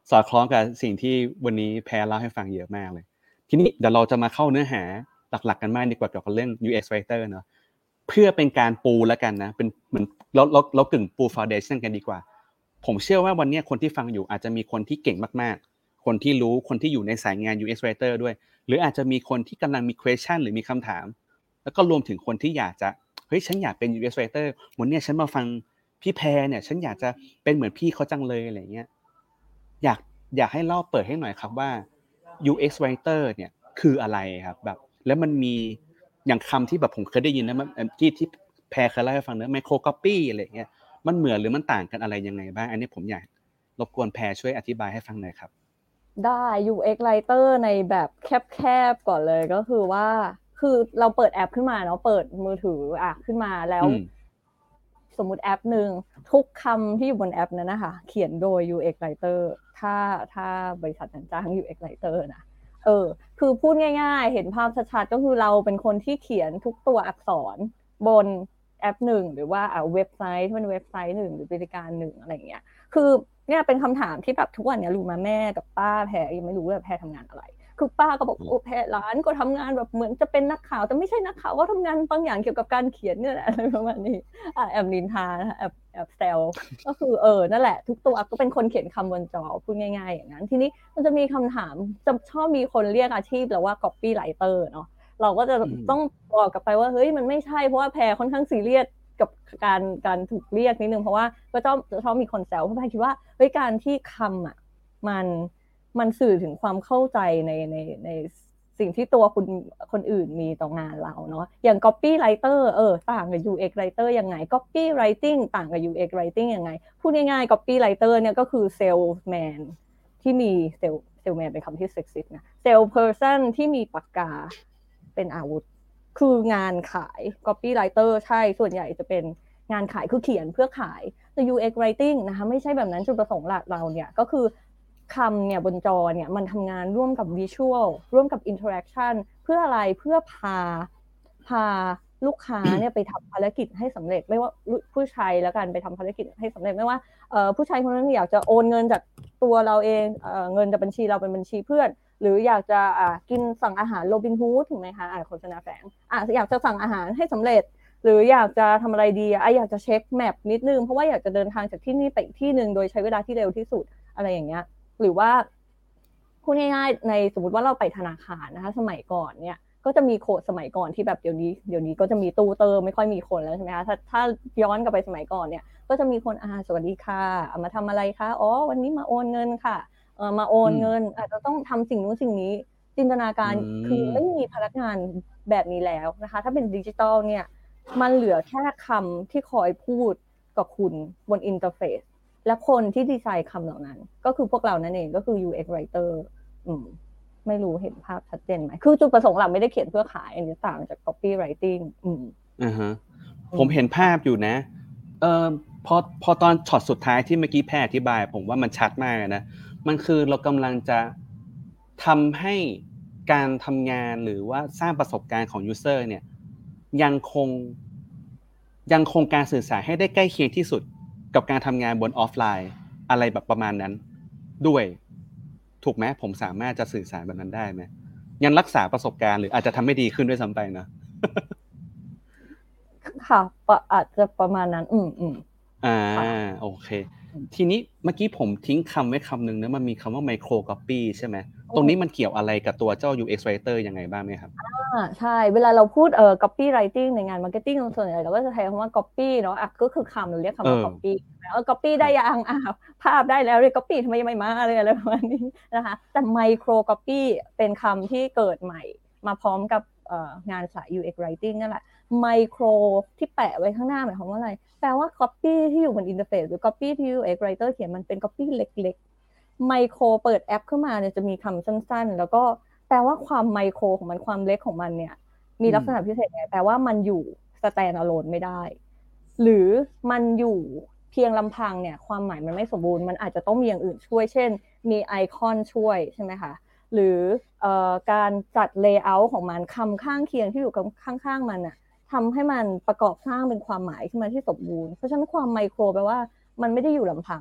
สอดคล้องกับสิ่งที่วันนี้แพรเล่าให้ฟังเยอะมากเลยทีนี้เดี๋ยวเราจะมาเข้าเนื้อหาหลักๆกันมากดีกว่าเกี่ยวกับเรื่อง ยู เอ็กซ์ Writer เนาะเพื่อเป็นการปูแล้วกันนะเป็นเหมือนเราเราเรากึ่งปู foundation กันดีกว่าผมเชื่อว่าวันนี้คนที่ฟังอยู่อาจจะมีคนที่เก่งมากๆคนที่รู้คนที่อยู่ในสายงาน ยู เอ็กซ์ Writer ด้วยหรืออาจจะมีคนที่กำลังมี question หรือมีคำถามแล้วก็รวมถึงคนที่อยากจะเฮ้ยฉันอยากเป็น ยู เอ็กซ์ Writer วันนี้ฉันมาฟังพี่แพรเนี่ยฉันอยากจะเป็นเหมือนพี่เขาจังเลยอะไรเงี้ยอยากอยากให้เล่าเปิดให้หน่อยครับว่า ยู เอ็กซ์ Writer เนี่ยคืออะไรครับแบบแล้วมันมีอย่างคำที่แบบผมเคยได้ยินนะมันที่ที่แพรเคยเล่าให้ฟังเนอะ micro copy อะไรเงี้ยมันเหมือนหรือมันต่างกันอะไรยังไงบ้างอันนี้ผมอยากรบกวนแพรช่วยอธิบายให้ฟังหน่อยครับได้ ยู เอ็กซ์ Writer ในแบบแคบๆก่อนเลยก็คือว่าคือเราเปิดแอปขึ้นมาเนาะเปิดมือถืออ่ะขึ้นมาแล้วสมมุติแอปนึงทุกคำที่อยู่บนแอปนั้นนะคะเขียนโดย ยู เอ็กซ์ Writer ถ้าถ้าบริษัทนั้นจ้าง ยู เอ็กซ์ Writer นะเออคือพูดง่ายๆเห็นภาพชัดๆก็คือเราเป็นคนที่เขียนทุกตัวอักษรบนแอปหนึ่งหรือว่าอ่ะเว็บไซต์ที่เป็นเว็บไซต์หนึ่งหรือบริการหนึ่งอะไรอย่างเงี้ยคือเนี่ยเป็นคำถามที่แบบทุกวันนี้รู้มาแม่กับป้าแพรยังไม่รู้เลยแพรทำงานอะไรคือป้าก็บอกโอ้แพรร้านก็ทำงานแบบเหมือนจะเป็นนักข่าวแต่ไม่ใช่นักข่าวก็ทำงานบางอย่างเกี่ยวกับการเขียนเนี่ยแหละอะไรประมาณนี้อ่ะแอบนินทาแอบแอบแซวก็คือเออนั่นแหละทุกตัวก็เป็นคนเขียนคำบนจอพูดง่ายๆอย่างนั้นทีนี้มันจะมีคำถามจะชอบมีคนเรียกอาชีพแล้วว่า copywriter เนาะเราก็จะต้องบอกกลับไปว่าเฮ้ยมันไม่ใช่เพราะว่าแพรค่อนข้างซีเรียสกับการการถูกเรียกนิดนึงเพราะว่าก็ชอบชอบมีคนแซวเพราะแพรคิดว่าเฮ้ยการที่คำอ่ะมันมันสื่อถึงความเข้าใจในในในสิ่งที่ตัวคุณคนอื่นมีต่องานเราเนาะอย่าง copywriter เออต่างกับ ยู เอ็กซ์ writer ยังไง copywriting ต่างกับ ยู เอ็กซ์ writing ยังไงพูดง่ายๆ copywriter เนี่ยก็คือ salesman ที่มี sales salesman เป็นคำที่เซ็กซี่นะ sales person ที่มีปากกาเป็นอาวุธคืองานขาย copywriter ใช่ส่วนใหญ่จะเป็นงานขายคือเขียนเพื่อขายแต่ ยู เอ็กซ์ writing นะคะไม่ใช่แบบนั้นจุดประสงค์หลักเราเนี่ยก็คือคำเนี่ยบนจอเนี่ยมันทำงานร่วมกับ visual ร่วมกับ interaction เพื่ออะไรเพื่อพาพาลูกค้าเนี่ยไปทำภารกิจให้สำเร็จไม่ว่าผู้ชายแล้วกันไปทำภารกิจให้สำเร็จไม่ว่าผู้ชายคนนั้นอยากจะโอนเงินจากตัวเราเองเอ่อเงินจากบัญชีเราเป็นบัญชีเพื่อนหรืออยากจะอ่ะกินสั่งอาหารโรบินฮูดถูกไหมคะอ่ะโฆษณาแฝงอ่ะอยากจะสั่งอาหารให้สำเร็จหรืออยากจะทำอะไรดีอ่ะอยากจะเช็คแมปนิดนึงเพราะว่าอยากจะเดินทางจากที่นี่ไปอีกที่นึงโดยใช้เวลาที่เร็วที่สุดอะไรอย่างเงี้ยหรือว่าพูดง่ายๆในสมมติว่าเราไปธนาคารนะคะสมัยก่อนเนี่ยก็จะมีโค้ดสมัยก่อนที่แบบเดี๋ยวนี้เดี๋ยวนี้ก็จะมีตู้เติมไม่ค่อยมีคนแล้วใช่ไหมคะถ้าถ้าย้อนกลับไปสมัยก่อนเนี่ยก็จะมีคนอ่าสวัสดีค่ะเอามาทำอะไรคะอ๋อวันนี้มาโอนเงินค่ะเออมาโอนเงินอาจจะต้องทำสิ่งนู้นสิ่งนี้จินตนาการคือไม่มีพนักงานแบบนี้แล้วนะคะถ้าเป็นดิจิตอลเนี่ยมันเหลือแค่คำที่คอยพูดกับคุณบนอินเทอร์เฟซและคนที่ดีไซน์คำเหล่านั้นก็คือพวกเรานั่นเองก็คือ ยู เอ็กซ์ writer อืมไม่รู้เห็นภาพชัดเจนไหมคือจุดประสงค์หลักไม่ได้เขียนเพื่อขายอันนี้ต่างจาก copywriting อืมอ่าฮะผมเห็นภาพอยู่นะเอ่อพอพอตอนช็อตสุดท้ายที่เมื่อกี้แพรอธิบายผมว่ามันชัดมากนะมันคือเรากำลังจะทำให้การทำงานหรือว่าสร้างประสบการณ์ของ user เนี่ยยังคงยังคงการสื่อสารให้ได้ใกล้เคียงที่สุดกับการทำงานบนออฟไลน์อะไรแบบประมาณนั้นด้วยถูกไหมผมสามารถจะสื่อสารแบบนั้นได้ไหมยังรักษาประสบการณ์หรืออาจจะทำให้ดีขึ้นด้วยซ้ำไปนะค่ะอาจจะประมาณนั้นอืมอืมอ่าโอเคทีนี้เมื่อกี้ผมทิ้งคำไว้คำหนึ่งนะมันมีคำว่า micro copy ใช่ไหมตรงนี้มันเกี่ยวอะไรกับตัวเจ้า ยู เอ็กซ์ writer ยังไงบ้างไหมครับอ่าใช่เวลาเราพูดเอ่อ copywriting ในงาน marketing ส่วนใหญ่เราก็จะใช้คำว่า copy เนาะอ่ะก็คือคำเราเรียกคำว่า copy เออ copy ได้ยังอ่ะภาพได้แล้วเลย copy ทำไมยังไม่มาเลยอะไรประมาณนี้นะคะแต่ micro copy เป็นคำที่เกิดใหม่มาพร้อมกับเอ่องานสาย ยู เอ็กซ์ writing นั่นแหละ micro ที่แปะไว้ข้างหน้าหมายความว่าอะไรแปลว่า copy ที่อยู่บน interface หรือ copy ที่ ยู เอ็กซ์ writer เขียนมันเป็น copy เล็กๆ micro เปิดแอปขึ้นมาเนี่ยจะมีคำสั้นๆแล้วก็แปลว่าความไมโครของมันความเล็กของมันเนี่ยมีลักษณะพิเศษไงแปลว่ามันอยู่ stand alone ไม่ได้หรือมันอยู่เพียงลำพังเนี่ยความหมายมันไม่สมบูรณ์มันอาจจะต้องมีอย่างอื่นช่วยเช่นมีไอคอนช่วยใช่ไหมคะหรือเอ่อการจัด layout ของมันคำข้างเคียงที่อยู่ข้างๆมันน่ะทำให้มันประกอบสร้างเป็นความหมายขึ้นมาที่สมบูรณ์เพราะฉะนั้นความไมโครแปลว่ามันไม่ได้อยู่ลำพัง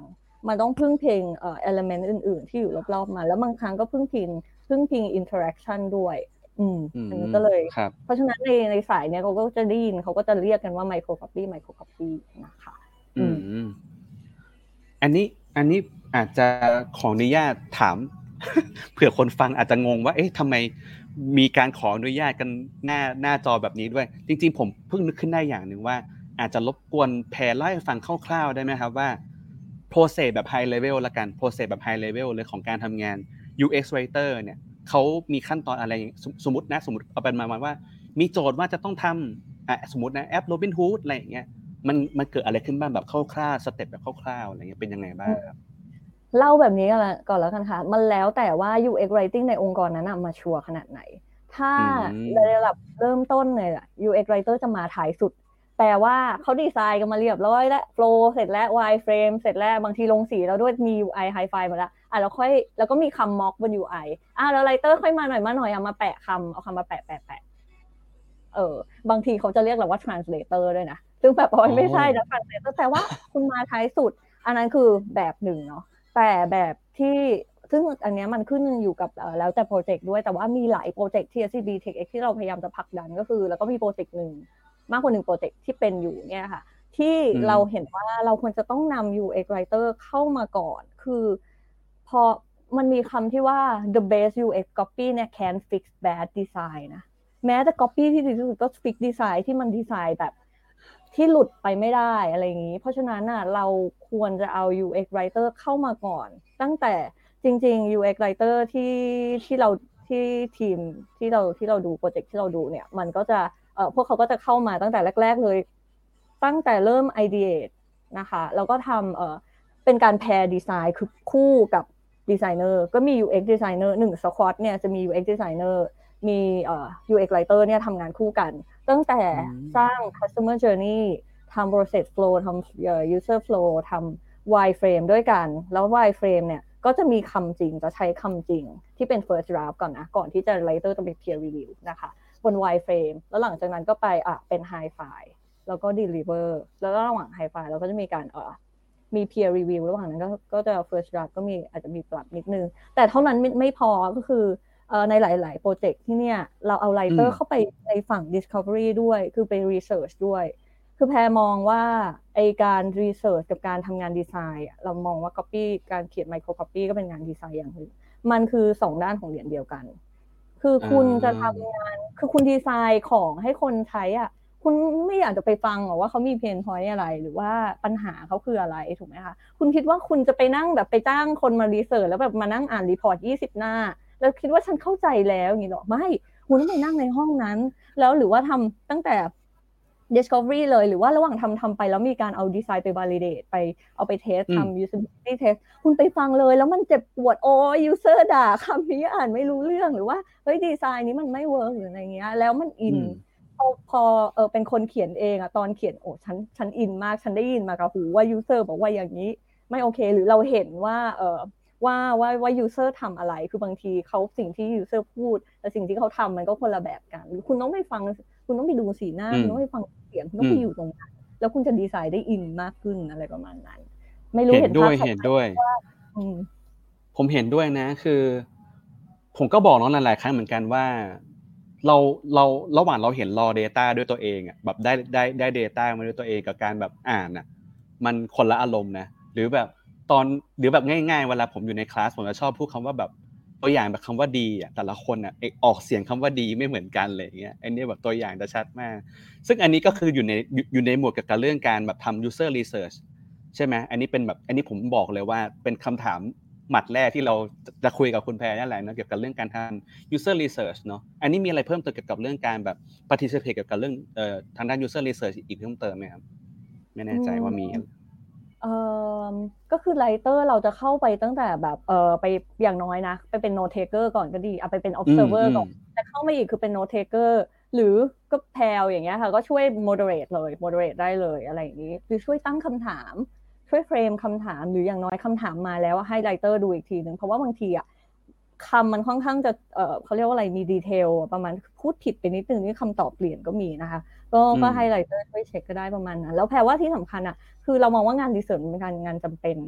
มันต้องพึ่งพิงเอ่อ element อื่นๆที่อยู่รอบๆมาแล้วบางครั้งก็พึ่งพิงพึ่งพิง interaction ด้วยอืมอันนี้ก็เลยเพราะฉะนั้นในในสายเนี้ยเขาก็จะได้ยินเขาก็จะเรียกกันว่า micro copy micro copy นะคะอืมอันนี้อันนี้อาจจะขออนุญาตถาม เผื่อคนฟังอาจจะงงว่าเอ๊ะทำไมมีการขออนุญาตกันหน้าหน้าจอแบบนี้ด้วยจริงๆผมเพิ่งนึกขึ้นได้อย่างนึงว่าอาจจะรบกวนแพรเล่าให้ฟังคร่าวๆได้ไหมครับว่า process แบบ high level ละกัน process แบบ high level เลยของการทำงาน ยู เอ็กซ์ writer เนี่ยเขามีขั้นตอนอะไรสมมุตินะสมมุติเอาเป็นมาว่ามีโจทย์ว่าจะต้องทำอ่ะสมมุตินะแอป Robinhood อะไรอย่างเงี้ยมันมันเกิดอะไรขึ้นบ้างแบบคร่าวๆสเต็ปแบบคร่าวๆอะไรเงี้ยเป็นยังไงบ้างครับเล่าแบบนี้ก่อนแล้วกันค่ะมันแล้วแต่ว่า ยู เอ็กซ์ writing ในองค์กรนั้นน่ะมาชัวร์ขนาดไหนถ้าในระดับเริ่มต้นเลยอ่ะ ยู เอ็กซ์ writer จะมาท้ายสุดแปลว่าเขาดีไซน์กันมาเรียบร้อยแล้ว flow เสร็จแล้ว wireframe เสร็จแล้วบางทีลงสีแล้วด้วยมี ยู ไอ hi-fi หมดแล้วอ่ะแล้วค่อยแล้วก็มีคำ mock บน ยู ไอ อ่ะแล้ว writer ค่อยมาหน่อยมาหน่อยเอามาแปะคำเอาคำมาแปะแปะแปะเออบางทีเขาจะเรียกเราว่า translator ด้วยนะซึ่งแบบว่าไม่ใช่นะ translator แต่ว่าคุณมาท้ายสุดอันนั้นคือแบบหนึ่งเนาะแต่แบบที่ซึ่งอันนี้มันขึ้นอยู่กับแล้วแต่โปรเจกต์ด้วยแต่ว่ามีหลายโปรเจกต์ที่ เอส ซี บี TechX ที่เราพยายามจะผลักดันก็คือแล้วก็มีโปรเจกต์นึงมากกว่าหนึ่งโปรเจกต์ที่เป็นอยู่เนี่ยค่ะที่เราเห็นว่าเราควรจะต้องนำ ยู เอ็กซ์ writer เข้ามาก่อนคือพอมันมีคำที่ว่า the best ยู เอ็กซ์ copy เนี่ย can fix bad design นะแม้แต่ copy ที่ดีที่สุดก็ fix design ที่มันดีไซน์แบบที่หลุดไปไม่ได้อะไรอย่างนี้เพราะฉะนั้นน่ะเราควรจะเอา ยู เอ็กซ์ writer เข้ามาก่อนตั้งแต่จริงๆ ยู เอ็กซ์ writer ที่ที่เราที่ทีมที่เราที่เราดูโปรเจกต์ที่เราดูเนี่ยมันก็จะเอ่อพวกเขาก็จะเข้ามาตั้งแต่แรกๆเลยตั้งแต่เริ่ม ideate นะคะแล้วก็ทำเอ่อเป็นการ pair design คือคู่กับดีไซเนอร์ก็มี ยู เอ็กซ์ designer หนึ่ง squad เนี่ยจะมี ยู เอ็กซ์ designer มีเอ่อ ยู เอ็กซ์ writer เนี่ยทำงานคู่กันตั้งแต่สร้าง customer journey ทำ process flow ทำ user flow ทำ wireframe ด้วยกันแล้ว wireframe เนี่ยก็จะมีคำจริงจะใช้คำจริงที่เป็น first draft ก่อนนะก่อนที่จะ writer ต้องไป peer review นะคะบน wireframe แล้วหลังจากนั้นก็ไปอ่ะเป็น hi-fi แล้วก็ deliver แล้วระหว่าง hi-fi เราก็จะมีการเอ่อมี peer review ระหว่างนั้นก็ก็จะ first draft ก็มีอาจจะมีปรับนิดนึงแต่เท่านั้นไม่ไม่พอก็คือเอ่อในหลายๆโปรเจกต์ที่เนี่ยเราเอา writer เข้าไปในฝั่ง discovery ด้วยคือไป research ด้วยคือแพรมองว่าไอการ research กับการทำงานดีไซน์เรามองว่า copy การเขียน micro copy ก็เป็นงานดีไซน์อย่างหนึ่งมันคือสองด้านของเหรียญเดียวกันคือคุณจะทำงานคือคุณดีไซน์ของให้คนใช้อ่ะคุณไม่อยากจะไปฟังหรอกว่าเขามีเพนพอยต์อะไรหรือว่าปัญหาเขาคืออะไรถูกไหมคะคุณคิดว่าคุณจะไปนั่งแบบไปจ้างคนมารีเสิร์ชแล้วแบบมานั่งอ่านรีพอร์ตยี่สิบหน้าแล้วคิดว่าฉันเข้าใจแล้วอย่างนี้หรอไม่คุณต้องไปนั่งในห้องนั้นแล้วหรือว่าทำตั้งแต่ discovery เลยหรือว่าระหว่างทำทำไปแล้วมีการเอาดีไซน์ไป validate ไปเอาไป test ทำ usability test คุณไปฟังเลยแล้วมันเจ็บปวดโอ้ user ด่าคำนี้อ่านไม่รู้เรื่องหรือว่าเฮ้ยดีไซน์นี้มันไม่เวิร์กหรืออะไรเงี้ยแล้วมันอินพอพอเออเป็นคนเขียนเองอะตอนเขียนโอ้ฉันฉันอินมากฉันได้ยินมากับหูว่า user บอกว่าอย่างนี้ไม่โอเคหรือเราเห็นว่าเออว่าว่าว่า user ทำอะไรคือบางทีเขาสิ่งที่ user พูดและสิ่งที่เขาทำมันก็คนละแบบกันหรือคุณต้องไปฟังคุณต้องไปดูสีหน้าคุณต้องไปฟังเสียงคุณต้องไปอยู่ตรงนั้นแล้วคุณจะดีไซน์ได้อินมากขึ้นอะไรประมาณนั้นไม่รู้เห็นด้วยเห็นด้วยผมเห็นด้วยนะคือผมก็บอกน้องหลายๆครั้งเหมือนกันว่าเราเราระหว่างเราเห็น raw data ด้วยตัวเองอ่ะแบบได้ได้ได้ data มาด้วยตัวเองกับการแบบอ่านน่ะมันคนละอารมณ์นะหรือแบบตอนหรือแบบง่ายๆเวลาผมอยู่ในคลาสผมจะชอบพูดคำว่าแบบตัวอย่างแบบคำว่าดีอ่ะแต่ละคนอ่ะออกเสียงคำว่าดีไม่เหมือนกันเลยอย่างเงี้ยอันนี้แบบตัวอย่างจะชัดมากซึ่งอันนี้ก็คืออยู่ในอยู่ในหมวดเกี่ยวกับเรื่องการแบบทำ user research ใช่ไหมอันนี้เป็นแบบอันนี้ผมบอกเลยว่าเป็นคำถามหมัดแรกที่เราจะคุยกับคุณแพรนี่แหละนะเกี่ยวกับเรื่องการทำ user research เนาะอันนี้มีอะไรเพิ่มเติมเกี่ยวกับเรื่องการแบบ participate เกี่ยวกับเรื่องเอ่อทางด้าน user research อีกเพิ่มเติมไหมครับไม่แน่ใจว่ามีเอ่อก็คือ writer เราจะเข้าไปตั้งแต่แบบเอ่อไปอย่างน้อยนะไปเป็น note taker ก่อนก็ดีเอาไปเป็น observer ก่อนแต่เข้ามาอีกคือเป็น note taker หรือก็แพลวอย่างเงี้ยค่ะก็ช่วย moderate เลย moderate ได้เลยอะไรอย่างนี้หรือช่วยตั้งคำถามช่วยเฟรมคำถามหรืออย่างน้อยคำถามมาแล้วให้ writer ดูอีกทีนึงเพราะว่าบางทีอ่ะคำมันค่อนข้างจะเอ่อเขาเรียกว่าอะไรมีดีเทลประมาณพูดผิดไปนิดนึงนี่คำตอบเปลี่ยนก็มีนะคะก็ก็ให้ writer ช่วยเช็คก็ได้ประมาณนั้นแล้วแพรว่าที่สำคัญอ่ะคือเรามองว่างานรีเสิร์ชเป็นการงานจำเป็นนะ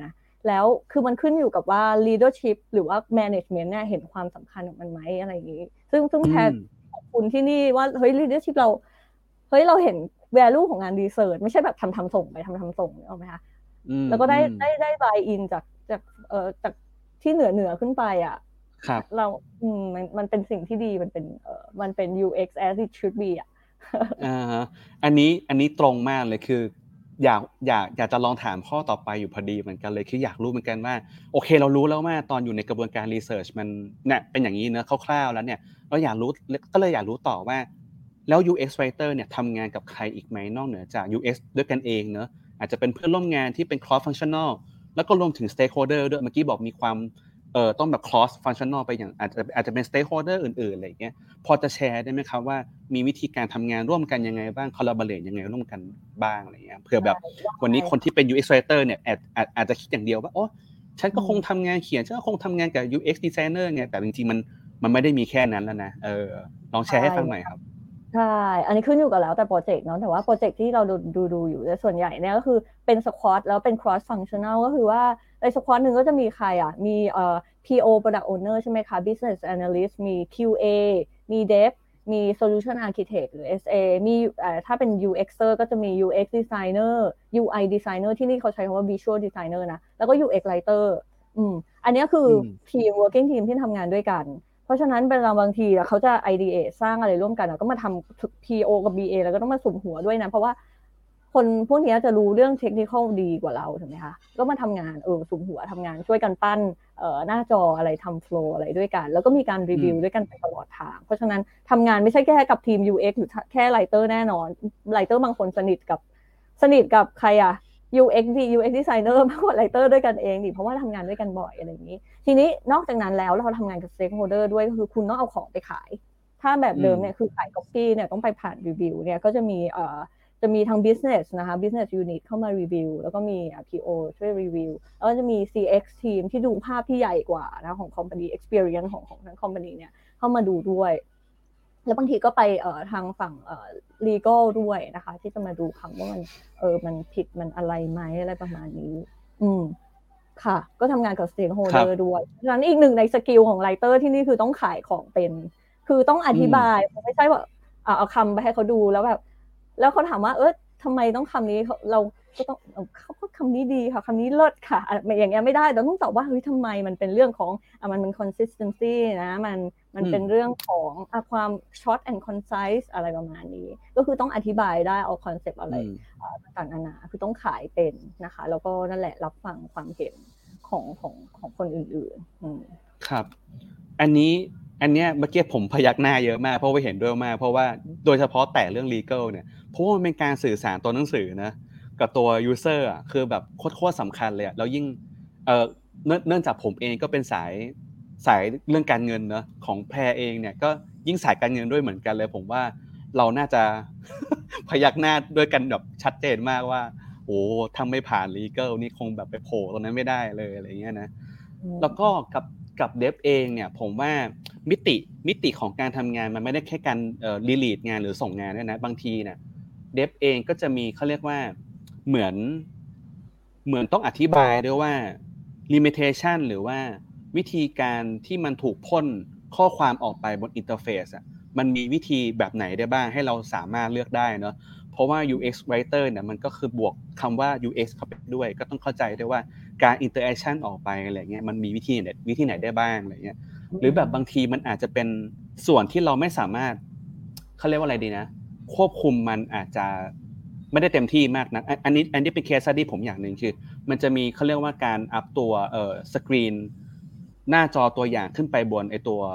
แล้วคือมันขึ้นอยู่กับว่า leadership หรือว่า management เนี่ยเห็นความสำคัญของมันไหมอะไรอย่างนี้ซึ่งซึ่งแทนขอบคุณที่นี่ว่าเฮ้ย leadership เราเฮ้ยเราเห็น value ของงาน research ไม่ใช่แบบทำทำส่งไปทำทำส่งเอาไหมคะแล้วก็ได้ได้ได้ buy in จากจากเอ่อจากที่เหนือเหนือขึ้นไปอ่ะเราอืมมันมันเป็นสิ่งที่ดีมันเป็นเอ่อมันเป็น ยู เอ็กซ์ as it should be อ่ะอ่าอันนี้อันนี้ตรงมากเลยคืออยากอยากอยากจะลองถามข้อต่อไปอยู่พอดีเหมือนกันเลยคืออยากรู้เหมือนกันว่าโอเคเรารู้แล้วว่าตอนอยู่ในกระบวนการรีเสิร์ชมันเนี่ยเป็นอย่างนี้เนอะคร่าวๆแล้วเนี่ยเราอยากรู้ก็เลยอยากรู้ต่อว่าแล้ว ยู เอ็กซ์ Writer เนี่ยทำงานกับใครอีกไหมนอกเหนือจาก ยู เอ็กซ์ ด้วยกันเองเนอะอาจจะเป็นเพื่อนร่วมงานที่เป็น cross functional แล้วก็รวมถึง stakeholder ด้วยเมื่อกี้บอกมีความเอ่อต้องแบบ cross functional ไปอย่างอาจจะอาจจะเป็น stakeholder อื่นๆอะไรอย่างเงี้ยพอจะแชร์ได้ไหมครับว่ามีวิธีการทำงานร่วมกันยังไงบ้าง collaborate ยังไงร่วมกันบ้างอะไรเงี้ยเผื่อแบบวันนี้คนที่เป็น ยู เอ็กซ์ Writer เนี่ยอาจอาจอาจจะคิดอย่างเดียวว่าโอ้ฉันก็คงทำงานเขียนฉันก็คงทำงานกับ ยู เอ็กซ์ designer ไงแต่จริงๆมันมันไม่ได้มีแค่นั้นแล้วนะเออลองแชร์ให้ฟังหน่อยครับใช่อันนี้ขึ้นอยู่กับแล้วแต่โปรเจกต์เนาะแต่ว่าโปรเจกต์ที่เราดูดูดูอยู่ส่วนใหญ่เนี่ยก็คือเป็นสควอตแล้วเป็น cross functional ก็คือว่าในสควอตนึงก็จะมีใครอ่ะมีเอ่อ พี โอ product owner ใช่ไหมคะ business analyst มี คิว เอ มี dev มี solution architect หรือ เอส เอ มีเอ่อถ้าเป็น ยู เอ็กซ์ er ก็จะมี ยู เอ็กซ์ designer ยู ไอ designer ที่นี่เขาใช้คำว่า visual designer นะแล้วก็ ยู เอ็กซ์ writer อืมอันนี้คือทีม working team ที่ทำงานด้วยกันเพราะฉะนั้นเวลาบางทีเขาจะ ไอ ดี เอ สร้างอะไรร่วมกันก็มาทำ พี โอ กับ บี เอ แล้วก็ต้องมาสุ่มหัวด้วยนะเพราะว่าคนพวกนี้จะรู้เรื่องเทคนิคอลดีกว่าเราถูกไหมคะก็มาทำงานเออสุ่มหัวทำงานช่วยกันปั้นเอ่อหน้าจออะไรทำโฟลว์อะไรด้วยกันแล้วก็มีการรีวิวด้วยกันไปตลอดทางเพราะฉะนั้นทำงานไม่ใช่แค่กับทีม ยู เอ็กซ์ หรือแค่ไรเตอร์แน่นอนไรเตอร์บางคนสนิทกับสนิทกับใครอะยู เอ็กซ์ ดี ยู เอ็กซ์ designer มากกว่า writer ด้วยกันเองดิเพราะว่าทำงานด้วยกันบ่อยอะไรอย่างนี้ทีนี้นอกจากนั้นแล้วเราทำงานกับ stakeholder ด้วยก็คือคุณต้องเอาของไปขายถ้าแบบเดิมเนี่ยคือขาย copy เนี่ยต้องไปผ่าน review เนี่ยก็จะมีเอ่อจะมีทาง business นะคะ business unit เข้ามา review แล้วก็มี พี โอ ช่วย review แล้วก็จะมี ซี เอ็กซ์ team ที่ดูภาพที่ใหญ่กว่านะของ company experience ของของทั้ง company เนี่ยเข้ามาดูด้วยแล้วบางทีก็ไปเอ่อทางฝั่งเอ่อ legal ด้วยนะคะที่จะมาดูคำว่ามันเออมันผิดมันอะไรไหมอะไรประมาณนี้อืมค่ะก็ทำงานกับ stakeholder ด้วยฉะนั้นอีกหนึ่งในสกิลของ writer ที่นี่คือต้องขายของเป็นคือต้องอธิบายไม่ใช่ว่าเอาคำไปให้เขาดูแล้วแบบแล้วเขาถามว่าเออทำไมต้องคำนี้เราก็ต้องเขาก็คำนี้ดีค่ะคำนี้เลิศค่ะอย่างเงี้ยไม่ได้เราต้องตอบว่าเฮ้ยทำไมมันเป็นเรื่องของอ่ะมันเป็น consistency นะมันมันเป็นเรื่องของอ่ะความ short and concise อะไรประมาณนี้ก็คือต้องอธิบายได้เอาคอนเซปต์อะไรต่างๆนานาคือต้องขายเป็นนะคะแล้วก็นั่นแหละรับฟังความเห็นของของของคนอื่นๆครับอันนี้อันเนี้ยเมื่อกี้ผมพยักหน้าเยอะมากเพราะว่าเห็นด้วยมากเพราะว่าโดยเฉพาะแต่เรื่อง legal เนี่ยเพราะว่ามันเป็นการสื่อสารตัวหนังสือนะกับตัว user อ่ะคือแบบโคตรสำคัญเลยอ่ะแล้วยิ่งเอ่อเนื่องจากผมเองก็เป็นสายสายเรื่องการเงินเนาะของแพรเองเนี่ยก็ยิ่งสายการเงินด้วยเหมือนกันเลยผมว่าเราน่าจะ พยักหน้าด้วยกันแบบชัดเจนมากว่าโอ้ถ้าไม่ผ่าน legal นี่คงแบบไปโผล่ตรงนั้นไม่ได้เลยอะไรเงี้ยนะแล้วก็กับกับเดฟเองเนี่ยผมว่ามิติมิติของการทำงานมันไม่ได้แค่การเอ่อรีลีดงานหรือส่งงานด้วยนะบางทีเนี่ยเดฟเองก็จะมีเขาเรียกว่าเหมือนเหมือนต้องอธิบายด้วยว่า limitation หรือว่าวิธีการที่มันถูกพ่นข้อความออกไปบนอินเทอร์เฟซอ่ะมันมีวิธีแบบไหนได้บ้างให้เราสามารถเลือกได้เนาะเพราะว่า ยู เอ็กซ์ Writer เนี่ยมันก็คือบวกคำว่า ยู เอ็กซ์ เข้าไปด้วยก็ต้องเข้าใจด้วยว่าการ interaction ออกไปอะไรเงี้ยมันมีวิธีไหนวิธีไหนได้บ้างอะไรเงี้ยหรือแบบบางทีมันอาจจะเป็นส่วนที่เราไม่สามารถเขาเรียกว่าอะไรดีนะควบคุมมันอาจจะไม่ได้เต็มที่มากนักอันนี้อันนี้เป็นเคสสตั๊ดดี้ผมอย่างนึงคือมันจะมีเขาเรียกว่าการอัพตัวเอ่อสกรีนหน้าจอตัวอย่างขึ้นไปบนไอ้ตัว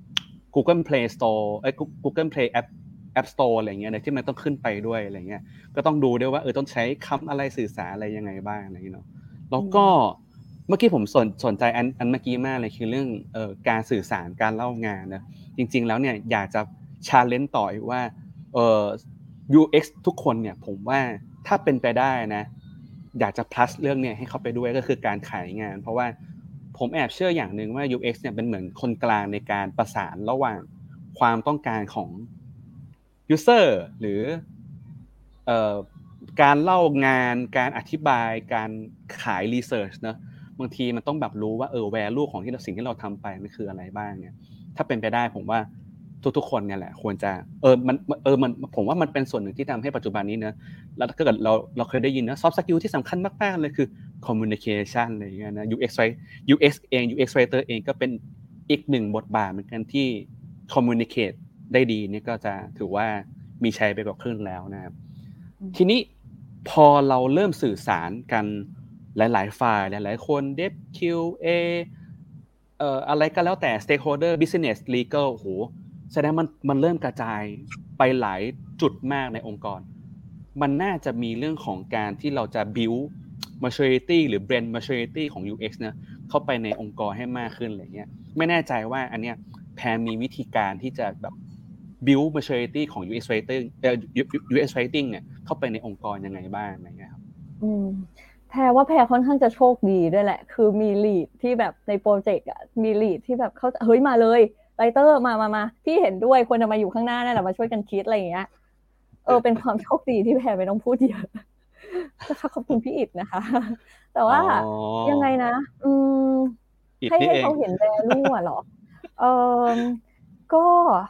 Google Play Store เอ้ย Google Play App App Store อะไรเงี้ยที่มันต้องขึ้นไปด้วยอะไรเงี้ยก็ต้องดูด้วยว่าเออต้องใช้คำอะไรสื่อสารอะไรยังไงบ้างอะไรเนาะแล้วก็เมื่อกี้ผมสนสนใจอันอันเมื่อกี้มากเลยคือเรื่องเอ่อการสื่อสารการเล่างานนะจริงๆแล้วเนี่ยอยากจะ challenge ต่ออีกว่าเอ่อ ยู เอ็กซ์ ทุกคนเนี่ยผมว่าถ้าเป็นไปได้นะอยากจะ plus เรื่องเนี่ยให้เข้าไปด้วยก็คือการขายงานเพราะว่าผมแอบเชื่ออย่างนึงว่า ยู เอ็กซ์ เนี่ยเป็นเหมือนคนกลางในการประสานระหว่างความต้องการของ user หรือเอ่อการเล่างานการอธิบายการขาย research เนอะบางทีมันต้องแบบรู้ว่าเออ value ของที่เราสิ่งที่เราทำไปมันคืออะไรบ้างเนี่ยถ้าเป็นไปได้ผมว่าทุกๆคนเนี่ยแหละควรจะเออมันเออมันผมว่ามันเป็นส่วนหนึ่งที่ทำให้ปัจจุบันนี้เนอะแล้วถ้าเกิดเราเราเคยได้ยินนะ soft skill ที่สำคัญมากๆเลยคือ communication อะไรอย่างเงี้ยนะ ยู เอ็กซ์ ยู เอ็กซ์ เอง ยู เอ็กซ์ writer เองก็เป็นอีกหนึ่งบทบาทเหมือนกันที่ communicate ได้ดีนี่ก็จะถือว่ามีชัยไปกว่าครึ่งแล้วนะครับทีนี้พอเราเริ่มสื่อสารกันหลายๆฝ่ายหลายๆคน dev คิว เอ เอ่ออะไรก็แล้วแต่ stakeholder business legal โหแสดงมันมันเริ่มกระจายไปหลายจุดมากในองค์กรมันน่าจะมีเรื่องของการที่เราจะ build maturity หรือ brand maturity ของ ยู เอ็กซ์ เนี่ยเข้าไปในองค์กรให้มากขึ้นอะไรเงี้ยไม่แน่ใจว่าอันเนี้ยแพรมีวิธีการที่จะแบบ build maturity ของ ยู เอ็กซ์ writing เอ่อ ยู เอ็กซ์ writing เนี่ยเข้าไปในองค์กรยังไงบ้างอะไรเงี้ยครับอืมแพรว่าแพรค่อนข้างจะโชคดีด้วยแหละคือมีลีดที่แบบในโปรเจกต์อ่ะมีลีดที่แบบเขาเฮ้ยมาเลยไรเตอร์มามามาพี่เห็นด้วยควรจะมาอยู่ข้างหน้านั่นแหละมาช่วยกันคิดอะไรอย่างเงี้ยเออเป็นความโชคดีที่แพรไม่ต้องพูดเยอะนะคะขอบคุณพี่อิฐนะคะแต่ว่ายังไงนะอืมให้ให้เขาเห็นแวลูอ่ะเหรอเออก็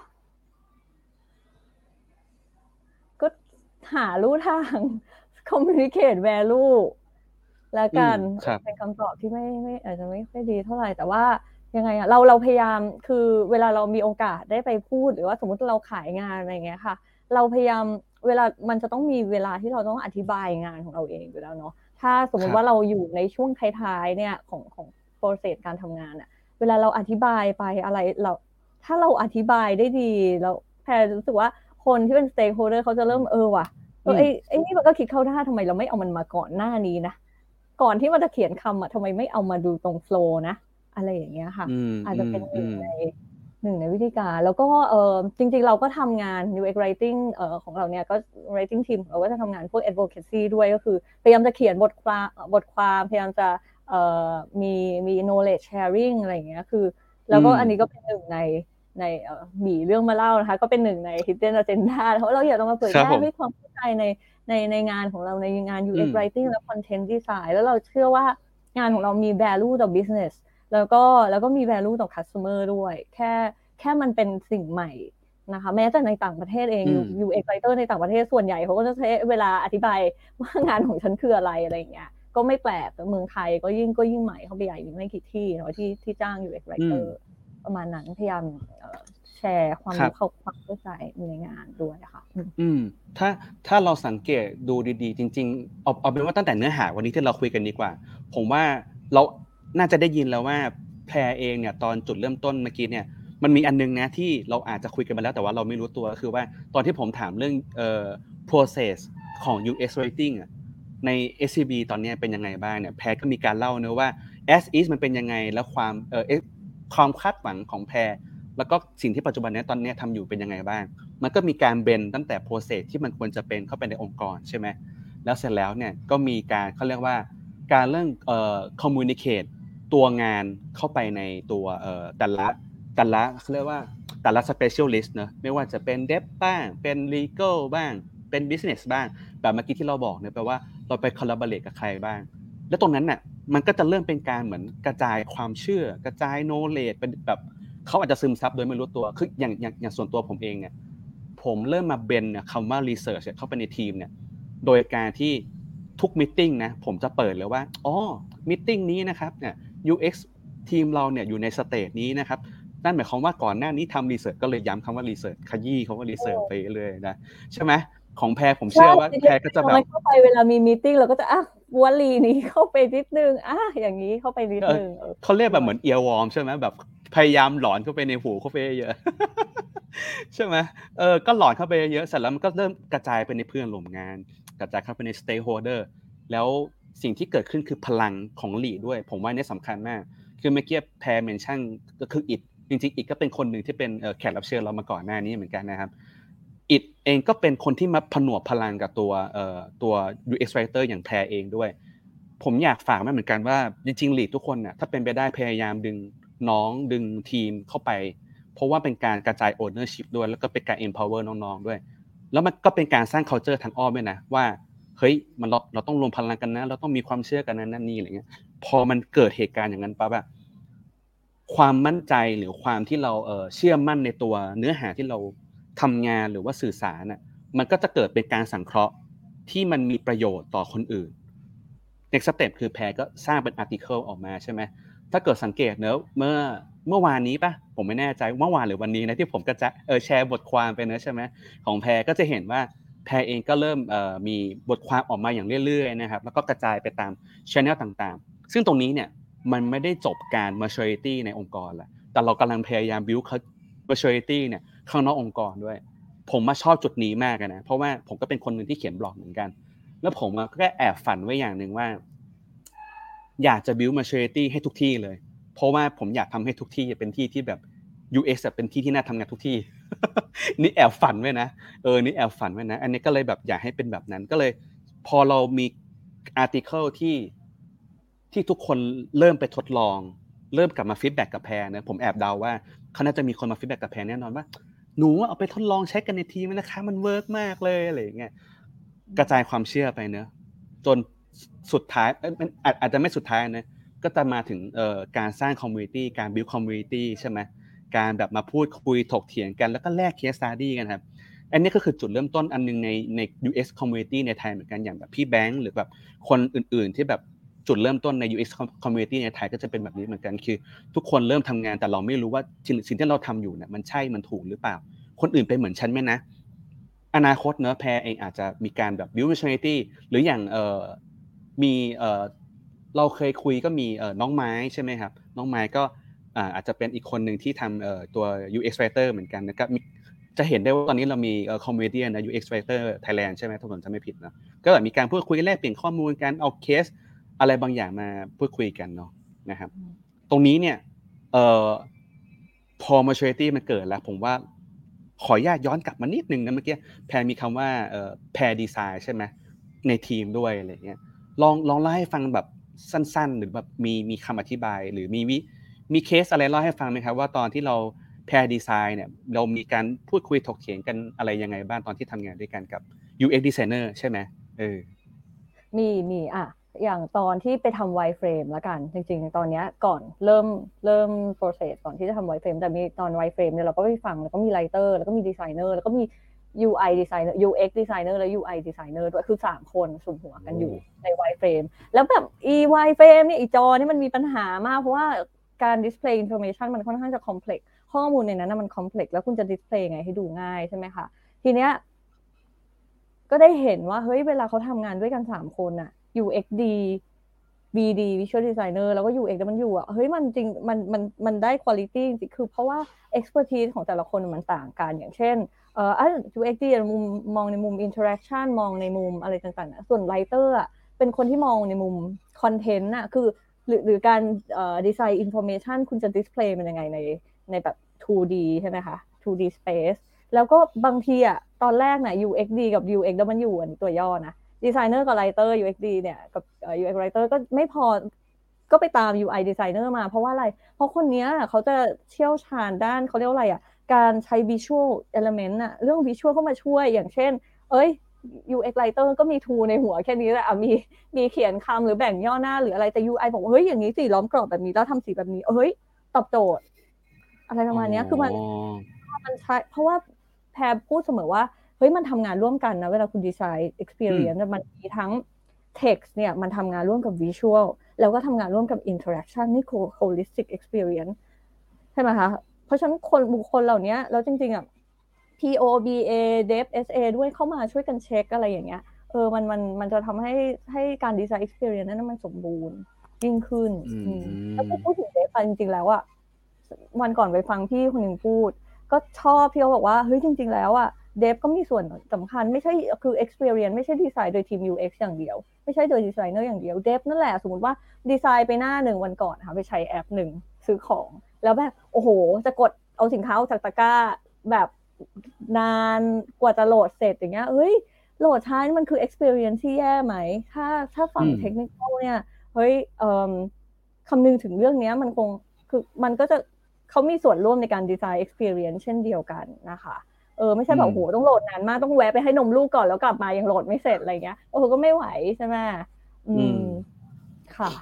ก็หาลู่ทาง communicate value แล้วกันเป็นคำตอบที่ไม่ไม่อาจจะไม่ค่อยดีเท่าไหร่แต่ว่ายังไงอะเราเราพยายามคือเวลาเรามีโอกาสได้ไปพูดหรือว่าสมมุติเราขายงานอะไรอย่างเงี้ยค่ะเราพยายามเวลามันจะต้องมีเวลาที่เราต้องอธิบายงานของเราเองอยู่แล้วเนาะถ้าสมมุติว่าเราอยู่ในช่วงท้ายๆเนี่ยของของโปรเซสการทำงานอะเวลาเราอธิบายไปอะไรเราถ้าเราอธิบายได้ดีเราแพรรู้สึกว่าคนที่เป็น stakeholder เขาจะเริ่มเออว่ะเออไอ้ไอ้นี่มันก็คิดเข้าท่าทำไมเราไม่เอามันมาก่อนหน้านี้นะก่อนที่มันจะเขียนคำอ่ะทำไมไม่เอามาดูตรงโฟลว์นะอะไรอย่างเงี้ยค่ะอาจจะเป็นหนึ่งในหนึ่งในวิธีการแล้วก็เออจริงๆเราก็ทำงาน ยู เอ็กซ์ writing เอ่อของเราเนี่ยก็ writing team เราก็จะทำงานพวก advocacy ด้วยก็คือพยายามจะเขียนบทความบทความพยายามจะเอ่อมีมี knowledge sharing อะไรอย่างเงี้ยคือแล้วก็อันนี้ก็เป็นหนึ่งในในเอ่อหมีเรื่องมาเล่านะคะก็เป็นหนึ่งใน hidden agenda เพราะเราอยากจะมาเผยแพร่ให้ความเข้าใจในในในงานของเราในงาน ยู เอ็กซ์ writing และ content design แล้วเราเชื่อว่างานของเรามี value ต่อ business แล้วก็แล้วก็มี value ต่อ customer ด้วยแค่แค่มันเป็นสิ่งใหม่นะคะแม้แต่ในต่างประเทศเอง ยู เอ็กซ์ writer ในต่างประเทศส่วนใหญ่เขาก็จะใช้เวลาอธิบายว่างานของฉันคืออะไรอะไรอย่างเงี้ยก็ไม่แปลกเมืองไทยก็ยิ่งก็ยิ่งใหม่เข้าไปใหญ่ไม่กี่ที่เนาะที่ที่จ้าง ยู เอ็กซ์ writer ประมาณนั้นพยายามแชร์ความรู้ความเข้าใจในงานด้วยค่ะอืมถ้าถ้าเราสังเกตดูดีๆจริงๆเอาเอาเป็นว่าตั้งแต่เนื้อหาวันนี้ที่เราคุยกันดีกว่าผมว่าเราน่าจะได้ยินแล้วว่าแพรเองเนี่ยตอนจุดเริ่มต้นเมื่อกี้เนี่ยมันมีอันนึงนะที่เราอาจจะคุยกันมาแล้วแต่ว่าเราไม่รู้ตัวก็คือว่าตอนที่ผมถามเรื่องเอ่อ process ของ ยู เอ็กซ์ writing อ่ะใน เอส ซี บี ตอนนี้เป็นยังไงบ้างเนี่ยแพรก็มีการเล่าเนอะว่า as is มันเป็นยังไงแล้วความเอ่อความคาดหวังของแพรแล้วก็สิ่งที่ปัจจุบันนี้ตอนนี้ทำอยู่เป็นยังไงบ้างมันก็มีการเบนตั้งแต่โปรเซสที่มันควรจะเป็นเข้าไปในองค์กรใช่ไหมแล้วเสร็จแล้วเนี่ยก็มีการเขาเรียกว่าการเรื่องเอ่อ communicate ตัวงานเข้าไปในตัวเอ่อแต่ละแต่ละเขาเรียกว่าแต่ละ specialist เนอะไม่ว่าจะเป็น dev บ้างเป็น legal บ้างเป็น business บ้างแบบเมื่อกี้ที่เราบอกเนี่ยแปลว่าเราไป collaborate กับใครบ้างแล้วตรงนั้นน่ะมันก็จะเริ่มเป็นการเหมือนกระจายความเชื่อกระจาย knowledge เป็นแบบเขาอาจจะซึมซับโดยไม่รู้ตัวคืออย่างอย่างอย่างส่วนตัวผมเองเนี่ยผมเริ่มมาเบนเนี่ยคำว่า research เข้าไปในทีมเนี่ยโดยการที่ทุกมีตติ้งนะผมจะเปิดเลยว่าอ๋อมีตติ้งนี้นะครับเนี่ย ยู เอ็กซ์ ทีมเราเนี่ยอยู่ในสเตจนี้นะครับนั่นหมายความว่าก่อนหน้านี้ทำ research ก็เลยย้ำคำว่า research ขยี้คำว่า research ไปเลยนะใช่ไหมของแพรผมเชื่อว่าแพรก็จะแบบเข้าไปเวลามีมีตติ้งเราก็จะอ่ะวลีนี้เข้าไปนิดนึงอ่ะอย่างนี้เข้าไปนิดนึงเขาเรียกแบบเหมือน ear warm ใช่ไหมแบบพยายามหลอนเข้าไปในหูเข้าไปเยอะใช่ไหมเออก็หลอนเข้าไปเยอะเสร็จแล้วมันก็เริ่มกระจายไปในเพื่อนร่วมงานกระจายเข้าไปใน stakeholder แล้วสิ่งที่เกิดขึ้นคือพลังของลีดด้วยผมว่านี่สำคัญมากคือเมื่อกี้แพรเมนชั่นก็คืออิดจริงๆอิดก็เป็นคนหนึ่งที่เป็นแขกรับเชิญเรามาก่อนหน้านี้เหมือนกันนะครับอิดเองก็เป็นคนที่มาผนวกพลังกับตัวเอ่อตัว ยู เอ็กซ์ writer อย่างแพรเองด้วยผมอยากฝากไว้เหมือนกันว่าจริงๆลีดทุกคนน่ะถ้าเป็นไปได้พยายามดึงน้องดึงทีมเข้าไปเพราะว่าเป็นการกระจาย ownership ด้วยแล้วก็เป็นการ empower น้องๆด้วยแล้วมันก็เป็นการสร้าง culture ทางอ้อมด้วยนะว่าเฮ้ยมันเราเราต้องรวมพลังกันนะเราต้องมีความเชื่อกันนั่นนี่อะไรเงี้ยพอมันเกิดเหตุการณ์อย่างนั้นปั๊บอะความมั่นใจหรือความที่เราเอ่อเชื่อมั่นในตัวเนื้อหาที่เราทำงานหรือว่าสื่อสารน่ะมันก็จะเกิดเป็นการสังเคราะห์ที่มันมีประโยชน์ต่อคนอื่น next step คือแพรก็สร้างเป็น article ออกมาใช่ไหมถ้าเกิดสังเกตเนอะเมื่อเมื่อวานนี้ป่ะผมไม่แน่ใจเมื่อวานหรือวันนี้นะที่ผมก็จะเออแชร์บทความไปเนอะใช่ไหมของแพรก็จะเห็นว่าแพรเองก็เริ่มเอ่อมีบทความออกมาอย่างเรื่อยๆนะครับแล้วก็กระจายไปตาม channel ต่างๆซึ่งตรงนี้เนี่ยมันไม่ได้จบการ maturity ในองค์กรละแต่เรากำลังพยายาม build maturity เนี่ยข้างนอกองค์กรด้วยผมมาชอบจุดนี้มากนะเพราะว่าผมก็เป็นคนนึงที่เขียนบล็อกเหมือนกันแล้วผมก็แอบฝันไว้อย่างนึงว่าอยากจะ build maturity ให้ทุกที่เลยเพราะว่าผมอยากทำให้ทุกที่เป็นที่ที่แบบ ยู เอ็กซ์ เป็นที่ที่น่าทำงานทุกที่ นี่แอบฝันไว้นะเออนี่แอบฝันไว้นะอันนี้ก็เลยแบบอยากให้เป็นแบบนั้นก็เลยพอเรามี article ที่ที่ทุกคนเริ่มไปทดลองเริ่มกลับมาฟีดแบ็กกับแพรนะผมแอบเดาว่าเขาน่าจะมีคนมาฟีดแบ็กกับแพรแน่นอนว่าหนูเอาไปทดลองใช้กันในทีมนะคะมันเวิร์กมากเลยอะไรอย่างเงี้ยกระจายความเชื่อไปเนอะจนสุดท้ายมันอาจจะไม่สุดท้ายนะก็จะมาถึงเอ่อการสร้างคอมมูนิตี้การ build community ใช่ไหมการแบบมาพูดคุยถกเถียงกันแล้วก็แลก case study กันครับอันนี้ก็คือจุดเริ่มต้นอันนึงในใน ยู เอ็กซ์ community ในไทยเหมือนกันอย่างแบบพี่แบงค์หรือแบบคนอื่นๆที่แบบจุดเริ่มต้นใน ยู เอ็กซ์ community ในไทยก็จะเป็นแบบนี้เหมือนกันคือทุกคนเริ่มทำงานแต่เราไม่รู้ว่าสิ่งที่เราทำอยู่เนี่ยมันใช่มันถูกหรือเปล่าคนอื่นเป็นเหมือนฉันไหมนะอนาคตเนอะแพรเองอาจจะมีการแบบ build community หรืออย่างเอ่อมีเอ่อเราเคยคุยก็มีเอ่อน้องไม้ใช่ไหมครับน้องไม้ก็อ่าอาจจะเป็นอีกคนหนึ่งที่ทำเอ่อตัว ยู เอ็กซ์ Writer เหมือนกันนะครับจะเห็นได้ว่าตอนนี้เรามีเอ่อ community นะ ยู เอ็กซ์ Writer Thailand ใช่ไหมถ้าผมจำไม่ผิดนะก็แบบมีการพูดคุยแลกเปลี่ยนข้อมูลกันเอาเคสอะไรบางอย่างมาพูดคุยกันเนาะนะครับตรงนี้เนี่ยเอ่อพอ maturity มันเกิดแล้วผมว่าขออนุญาตย้อนกลับมานิดนึงนะเมื่อกี้แพรมีคำว่าเอ่อแพรดีไซน์ใช่ไหมในทีมด้วยอะไรเงี้ยลองลองเล่าให้ฟังแบบสั้นๆหรือแบบมีมีคำอธิบายหรือมีวิมีเคสอะไรเล่าให้ฟังไหมครับว่าตอนที่เราแพรดีไซน์เนี่ยเรามีการพูดคุยถกเถียงกันอะไรยังไงบ้างตอนที่ทำงานด้วยกันกับ ยู เอ็กซ์ designer ใช่ไหมเออมีมีอ่ะอย่างตอนที่ไปทำ wireframe ละกันจริงๆตอนนี้ก่อนเริ่มเริ่ม process ก่อนที่จะทำ wireframe แต่มีตอน wireframe เนี่ยเราก็ไปฟังแล้วก็มี writer แล้วก็มี designer แล้วก็มี ยู ไอ designer ยู เอ็กซ์ designer และ ยู ไอ designer ด้วยคือสามคนสุมหัวกันอยู่ใน wireframe แล้วแบบอี wireframe เนี่ยอีจอนี่มันมีปัญหามากเพราะว่าการ display information มันค่อนข้างจะ complex ข้อมูลในนั้นมัน complex แล้วคุณจะ display ไงให้ดูง่ายใช่ไหมคะทีเนี้ยก็ได้เห็นว่าเฮ้ยเวลาเขาทำงานด้วยกันสามคนน่ะ ยู เอ็กซ์ ดี บี ดี Visual Designer แล้วก็ ยู เอ็กซ์ มันอยู่อ่ะเฮ้ยมันจริงมันมันมันได้ quality จริงๆคือเพราะว่า expertise ของแต่ละคนมันต่างกันอย่างเช่นเอ่อ ยู เอ็กซ์ ดี มุมมองในมุม interaction มองในมุมอะไรต่างๆส่วน writer อ่ะเป็นคนที่มองในมุม content น่ะคือหรือหรือการเอ่อ design information คุณจะ display มันยังไงในในแบบ ทู ดี ใช่ไหมคะ ทู ดี space แล้วก็บางทีอ่ะตอนแรกน่ะ ยู เอ็กซ์ ดี กับ ยู เอ็กซ์ มันอยู่อันตัวย่อนะ designer กับ writer ยู เอ็กซ์ ดี เนี่ยกับ ยู เอ็กซ์ writer ก็ไม่พอก็ไปตาม ยู ไอ designer มาเพราะว่าอะไรเพราะคนนี้เขาจะเชี่ยวชาญด้านเขาเรียกว่าอะไรอ่ะการใช้ visual element น่ะเรื่อง visual เข้ามาช่วยอย่างเช่นเอ้ย ยู เอ็กซ์ writer ก็มี tool ในหัวแค่นี้แหละอ่ะมีมีเขียนคำหรือแบ่งย่อหน้าหรืออะไรแต่ ยู ไอ บอกว่าเฮ้ยอย่างนี้สิล้อมกรอบแบบนี้แล้วทำสีแบบนี้เฮ้ยตอบโจทย์อะไรประมาณนี้คือมันมันใช้เพราะว่าแพรพูดเสมอว่าเฮ้ยมันทำงานร่วมกันนะเวลาคุณดีไซน์ experience มันมีทั้ง text เนี่ยมันทำงานร่วมกับ visual แล้วก็ทำงานร่วมกับ interaction นี่คือ holistic experience ใช่ไหมคะเพราะฉะนั้นคนบุคคลเหล่านี้แล้วจริงๆอ่ะ พี โอ บี เอ Dev เอส เอ ด้วยเข้ามาช่วยกันเช็คอะไรอย่างเงี้ยเออมันมันมันจะทำให้ให้การดีไซน์ experience นั้นมันสมบูรณ์ยิ่งขึ้นแล้วพูดถึง Dev จริงๆแล้วอ่ะวันก่อนไปฟังพี่คนหนึ่งพูดก็ชอบพี่เขาบอกว่าเฮ้ยจริงๆแล้วอ่ะเดฟก็มีส่วนสำคัญไม่ใช่คือ experience ไม่ใช่ดีไซน์โดยทีม ยู เอ็กซ์ อย่างเดียวไม่ใช่โดยดีไซเนอร์อย่างเดียวเดฟนั่นแหละสมมติว่าดีไซน์ไปหน้าหนึ่งวันก่อนค่ะไปใช้แอปหนึ่งซื้อของแล้วแบบโอ้โหจะกดเอาสินค้าออกจากตะกร้าแบบนานกว่าจะโหลดเสร็จอย่างเงี้ยเฮ้ยโหลดช้านี่มันคือ experience ที่แย่ไหมถ้าถ้าฝั่งเทคนิคเนี่ยเฮ้ยเอ่อคำนึงถึงเรื่องนี้มันคงคือมันก็จะเขามีส่วนร่วมในการดีไซน์ experience เช่นเดียวกันนะคะเออไม่ใช่แบบโอ้โหต้องโหลดนานมากต้องแวะไปให้นมลูกก่อนแล้วกลับมายังโหลดไม่เสร็จอะไรเงี้ยโอ้โหก็ไม่ไหวใช่ไหมอืมค่ะ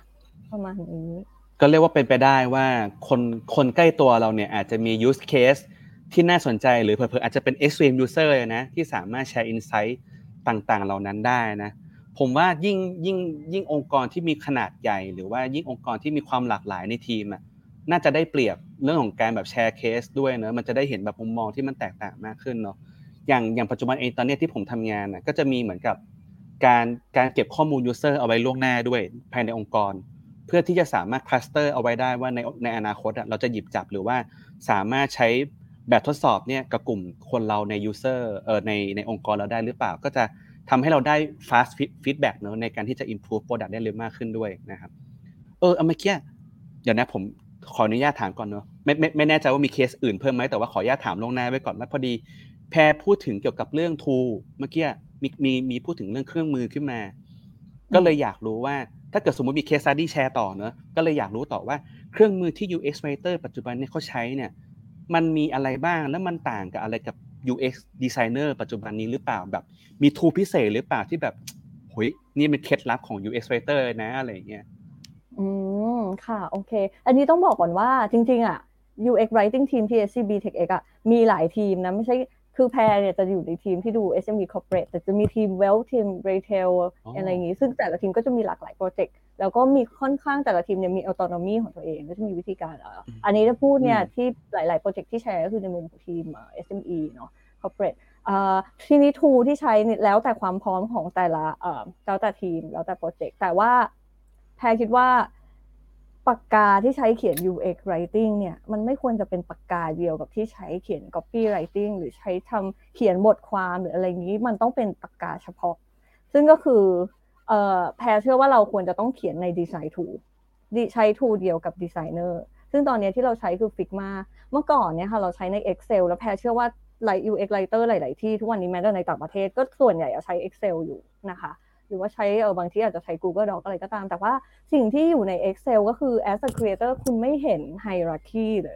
ประมาณนี้ก็เรียกว่าเป็นไปได้ว่าคนคนใกล้ตัวเราเนี่ยอาจจะมี use case ที่น่าสนใจหรือเผลอๆอาจจะเป็น extreme user นะที่สามารถแชร์ insight ต่างๆเหล่านั้นได้นะผมว่ายิ่งยิ่งยิ่งองค์กรที่มีขนาดใหญ่หรือว่ายิ่งองค์กรที่มีความหลากหลายในทีมอ่ะน่าจะได้เปรียบเรื่องของการแบบแชร์เคสด้วยเนอะมันจะได้เห็นแบบมุมมองที่มันแตกต่างมากขึ้นเนาะอย่างอย่างปัจจุบันเองตอนนี้ที่ผมทำงานน่ะก็จะมีเหมือนกับการการเก็บข้อมูล user เอาไว้ล่วงหน้าด้วยภายในองค์กรเพื่อที่จะสามารถคลัสเตอร์เอาไว้ได้ว่าในในอนาคตอ่ะเราจะหยิบจับหรือว่าสามารถใช้แบบทดสอบเนี่ยกับกลุ่มคนเราใน user เอ่อในในองค์กรเราได้หรือเปล่าก็จะทำให้เราได้ fast feedback เนอะในการที่จะ improve product ได้เร็วมากขึ้นด้วยนะครับเออเอาเมื่อกี้เดี๋ยวนะผมขออนุญาตถามก่อนเนอะไม่ไม่ไม่แน่ใจว่ามีเคสอื่นเพิ่มไหมแต่ว่าขออนุญาตถามล่วงหน้าไว้ก่อนว่าพอดีแพรพูดถึงเกี่ยวกับเรื่อง tool เมื่อกี้มีมีมีพูดถึงเรื่องเครื่องมือขึ้นมาก็เลยอยากรู้ว่าถ้าเกิดสมมุติมี case study แชร์ต่อเนอะก็เลยอยากรู้ต่อว่าเครื่องมือที่ ยู เอ็กซ์ Writer ปัจจุบันเนี่ยเขาใช้เนี่ยมันมีอะไรบ้างแล้วมันต่างกับอะไรกับ ยู เอ็กซ์ Designer ปัจจุบันนี้หรือเปล่าแบบมี tool พิเศษหรือเปล่าที่แบบโหยนี่เป็นเคล็ดลับของ ยู เอ็กซ์ Writer นะอะไรอย่างเงี้ยอืมค่ะโอเคอันนี้ต้องบอกก่อนว่าจริงๆอ่ะ ยู เอ็กซ์ Writing Team ที่ เอส ซี บี TechX อ่ะมีหลายทีมนะไม่ใช่คือแพรเนี่ยจะอยู่ในทีมที่ดู เอส เอ็ม อี Corporate แต่จะมีทีม Wealth ทีม Retail อะไรอย่างงี้ซึ่งแต่ละทีมก็จะมีหลากหลายโปรเจกต์แล้วก็มีค่อนข้างแต่ละทีมเนี่ยมี autonomy ของตัวเองก็จะมีวิธีการเอ่ออันนี้จะพูดเนี่ยที่หลายๆโปรเจกต์ที่แชร์ก็คือในมุมของทีม เอส เอ็ม อี เนาะ Corporate เอ่อทีนี้ tool ที่ใช้แล้วแต่ความพร้อมของแต่ละเอ่อแล้วแต่ทีมแล้วแต่โปรเจกต์แต่ว่าแพรคิดว่าปากกาที่ใช้เขียน ยู เอ็กซ์ Writing เนี่ยมันไม่ควรจะเป็นปากกาเดียวกับที่ใช้เขียน Copy Writing หรือใช้ทำเขียนบทความหรืออะไรอย่างนี้มันต้องเป็นปากกาเฉพาะซึ่งก็คือเอ่อแพรเชื่อว่าเราควรจะต้องเขียนใน Design Tool ใช้ tool เดียวกับ Designer ซึ่งตอนนี้ที่เราใช้คือ Figma เมื่อก่อนเนี่ยค่ะเราใช้ใน Excel แล้วแพรเชื่อว่า ยู เอ็กซ์ Writer หลายๆที่ทุกวันนี้แม้แต่ในต่างประเทศก็ส่วนใหญ่ใช้ Excel อยู่นะคะหรือว่าใช้เออบางที่อาจจะใช้ Google Doc อะไรก็ตามแต่ว่าสิ่งที่อยู่ใน Excel ก็คือ as a creator คุณไม่เห็น hierarchy เลย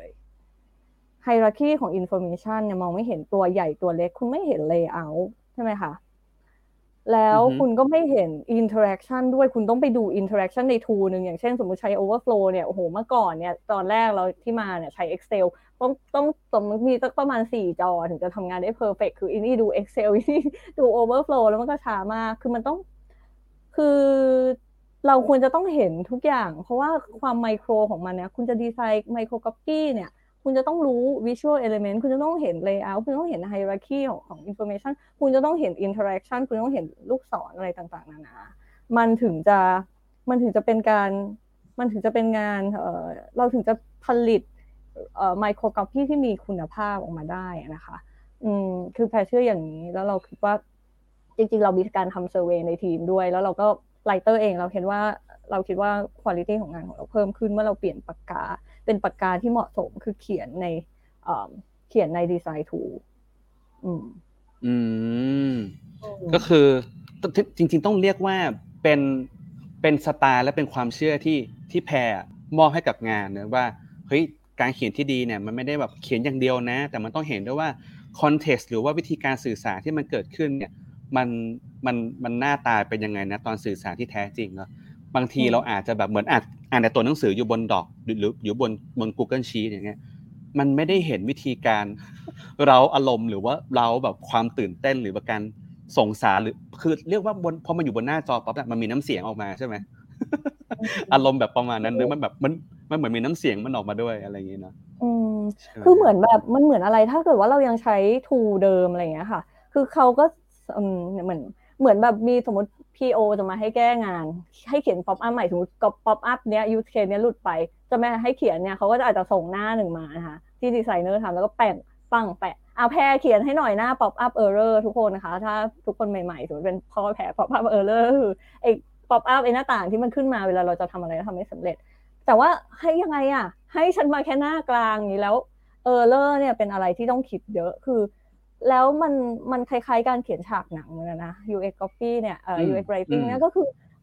hierarchy ของ information เนี่ยมองไม่เห็นตัวใหญ่ตัวเล็กคุณไม่เห็น layout ใช่ไหมคะแล้วคุณก็ไม่เห็น interaction ด้วยคุณต้องไปดู interaction ใน tool นึงอย่างเช่นสมมุติใช้ overflow เนี่ยโอ้โหเมื่อก่อนเนี่ยตอนแรกเราที่มาเนี่ยใช้ Excel ต้องต้องสมมติมีสักประมาณสี่จอถึงจะทำงานได้ perfect คืออันนี้ดู Excel อันนี้ดู overflow แล้วมันก็ช้ามากคือมันต้องคือเราควรจะต้องเห็นทุกอย่างเพราะว่าความไมโครของมันเนี่ยคุณจะดีไซน์ไมโคร copy เนี่ยคุณจะต้องรู้ visual element คุณจะต้องเห็น layout คุณต้องเห็น hierarchy ของของ information คุณจะต้องเห็น interaction คุณต้องเห็นลูกศรอะไรต่างๆนานามันถึงจะมันถึงจะเป็นการมันถึงจะเป็นงานเอ่อเราถึงจะผลิตเอ่อ micro copy ที่มีคุณภาพออกมาได้นะคะอืมคือแพรเชื่ออย่างนี้แล้วเราคิดว่าจริงๆเรามีการทำ survey ในทีมด้วยแล้วเราก็ writer เองเราเห็นว่าเราคิดว่า quality ของงานของเราเพิ่มขึ้นเมื่อเราเปลี่ยนปากกาเป็นปากกาที่เหมาะสมคือเขียนในเอ่อเขียนใน design tool อืมอืมก็คือจริงๆต้องเรียกว่าเป็นเป็นสไตล์และเป็นความเชื่อที่ที่แพรมอบให้กับงานนะว่าเฮ้ยการเขียนที่ดีเนี่ยมันไม่ได้แบบเขียนอย่างเดียวนะแต่มันต้องเห็นด้วยว่าคอนเท็กซ์หรือว่าวิธีการสื่อสารที่มันเกิดขึ้นเนี่ยมันมันมันหน้าตาเป็นยังไงนะตอนสื่อสารที่แท้จริงเนาะบางทีเราอาจจะแบบเหมือนอ่านอ่านแต่ตัวหนังสืออยู่บนดอกหรืออยู่บนบน Google Sheet อย่างเงี้ยมันไม่ได้เห็นวิธีการเราอารมณ์หรือว่าเราแบบความตื่นเต้นหรือว่าการส่งสารหรือคือเรียกว่าบนพอมันอยู่บนหน้าจอปั๊บมันมีน้ำเสียงออกมาใช่ไหม อารมณ์แบบประมาณนั้นหรือมันแบบมันมันเหมือนมีน้ำเสียงมันออกมาด้วยอะไรอย่างเงี้ยนะอืมคือเหมือนแบบมันเหมือนอะไรถ้าเกิดว่าเรายังใช้ tool เดิมอะไรอย่างเงี้ยค่ะคือเขาก็อืมเหมือนเหมือนแบบมีสมมติ พี โอ จะมาให้แก้งานให้เขียน pop up ใหม่สมมติก็ pop up เนี้ย use case เนี้ยหลุดไปจะไม่ให้เขียนเนี่ยเขาก็จะอาจจะส่งหน้าหนึ่งมานะคะที่ดีไซเนอร์ทำแล้วก็แปะปังแปะเอาแพรเขียนให้หน่อยหน้า pop up error ทุกคนนะคะถ้าทุกคนใหม่ๆสมมติเป็นพ่อแพร pop up error คือไอ้ pop up ไอ้หน้าต่างที่มันขึ้นมาเวลาเราจะทำอะไรแล้วทำไม่สำเร็จแต่ว่าให้ยังไงอ่ะให้ฉันมาแค่หน้ากลางนี้แล้วerror เนี่ยเป็นอะไรที่ต้องคิดเยอะคือแล้วมันมันคล้ายๆการเขียนฉากหนังเหมือนกันนะ ยู เอ็กซ์ copy เนี่ยเอ่อ ยู เอ็กซ์ writing เนี่ยก็คือ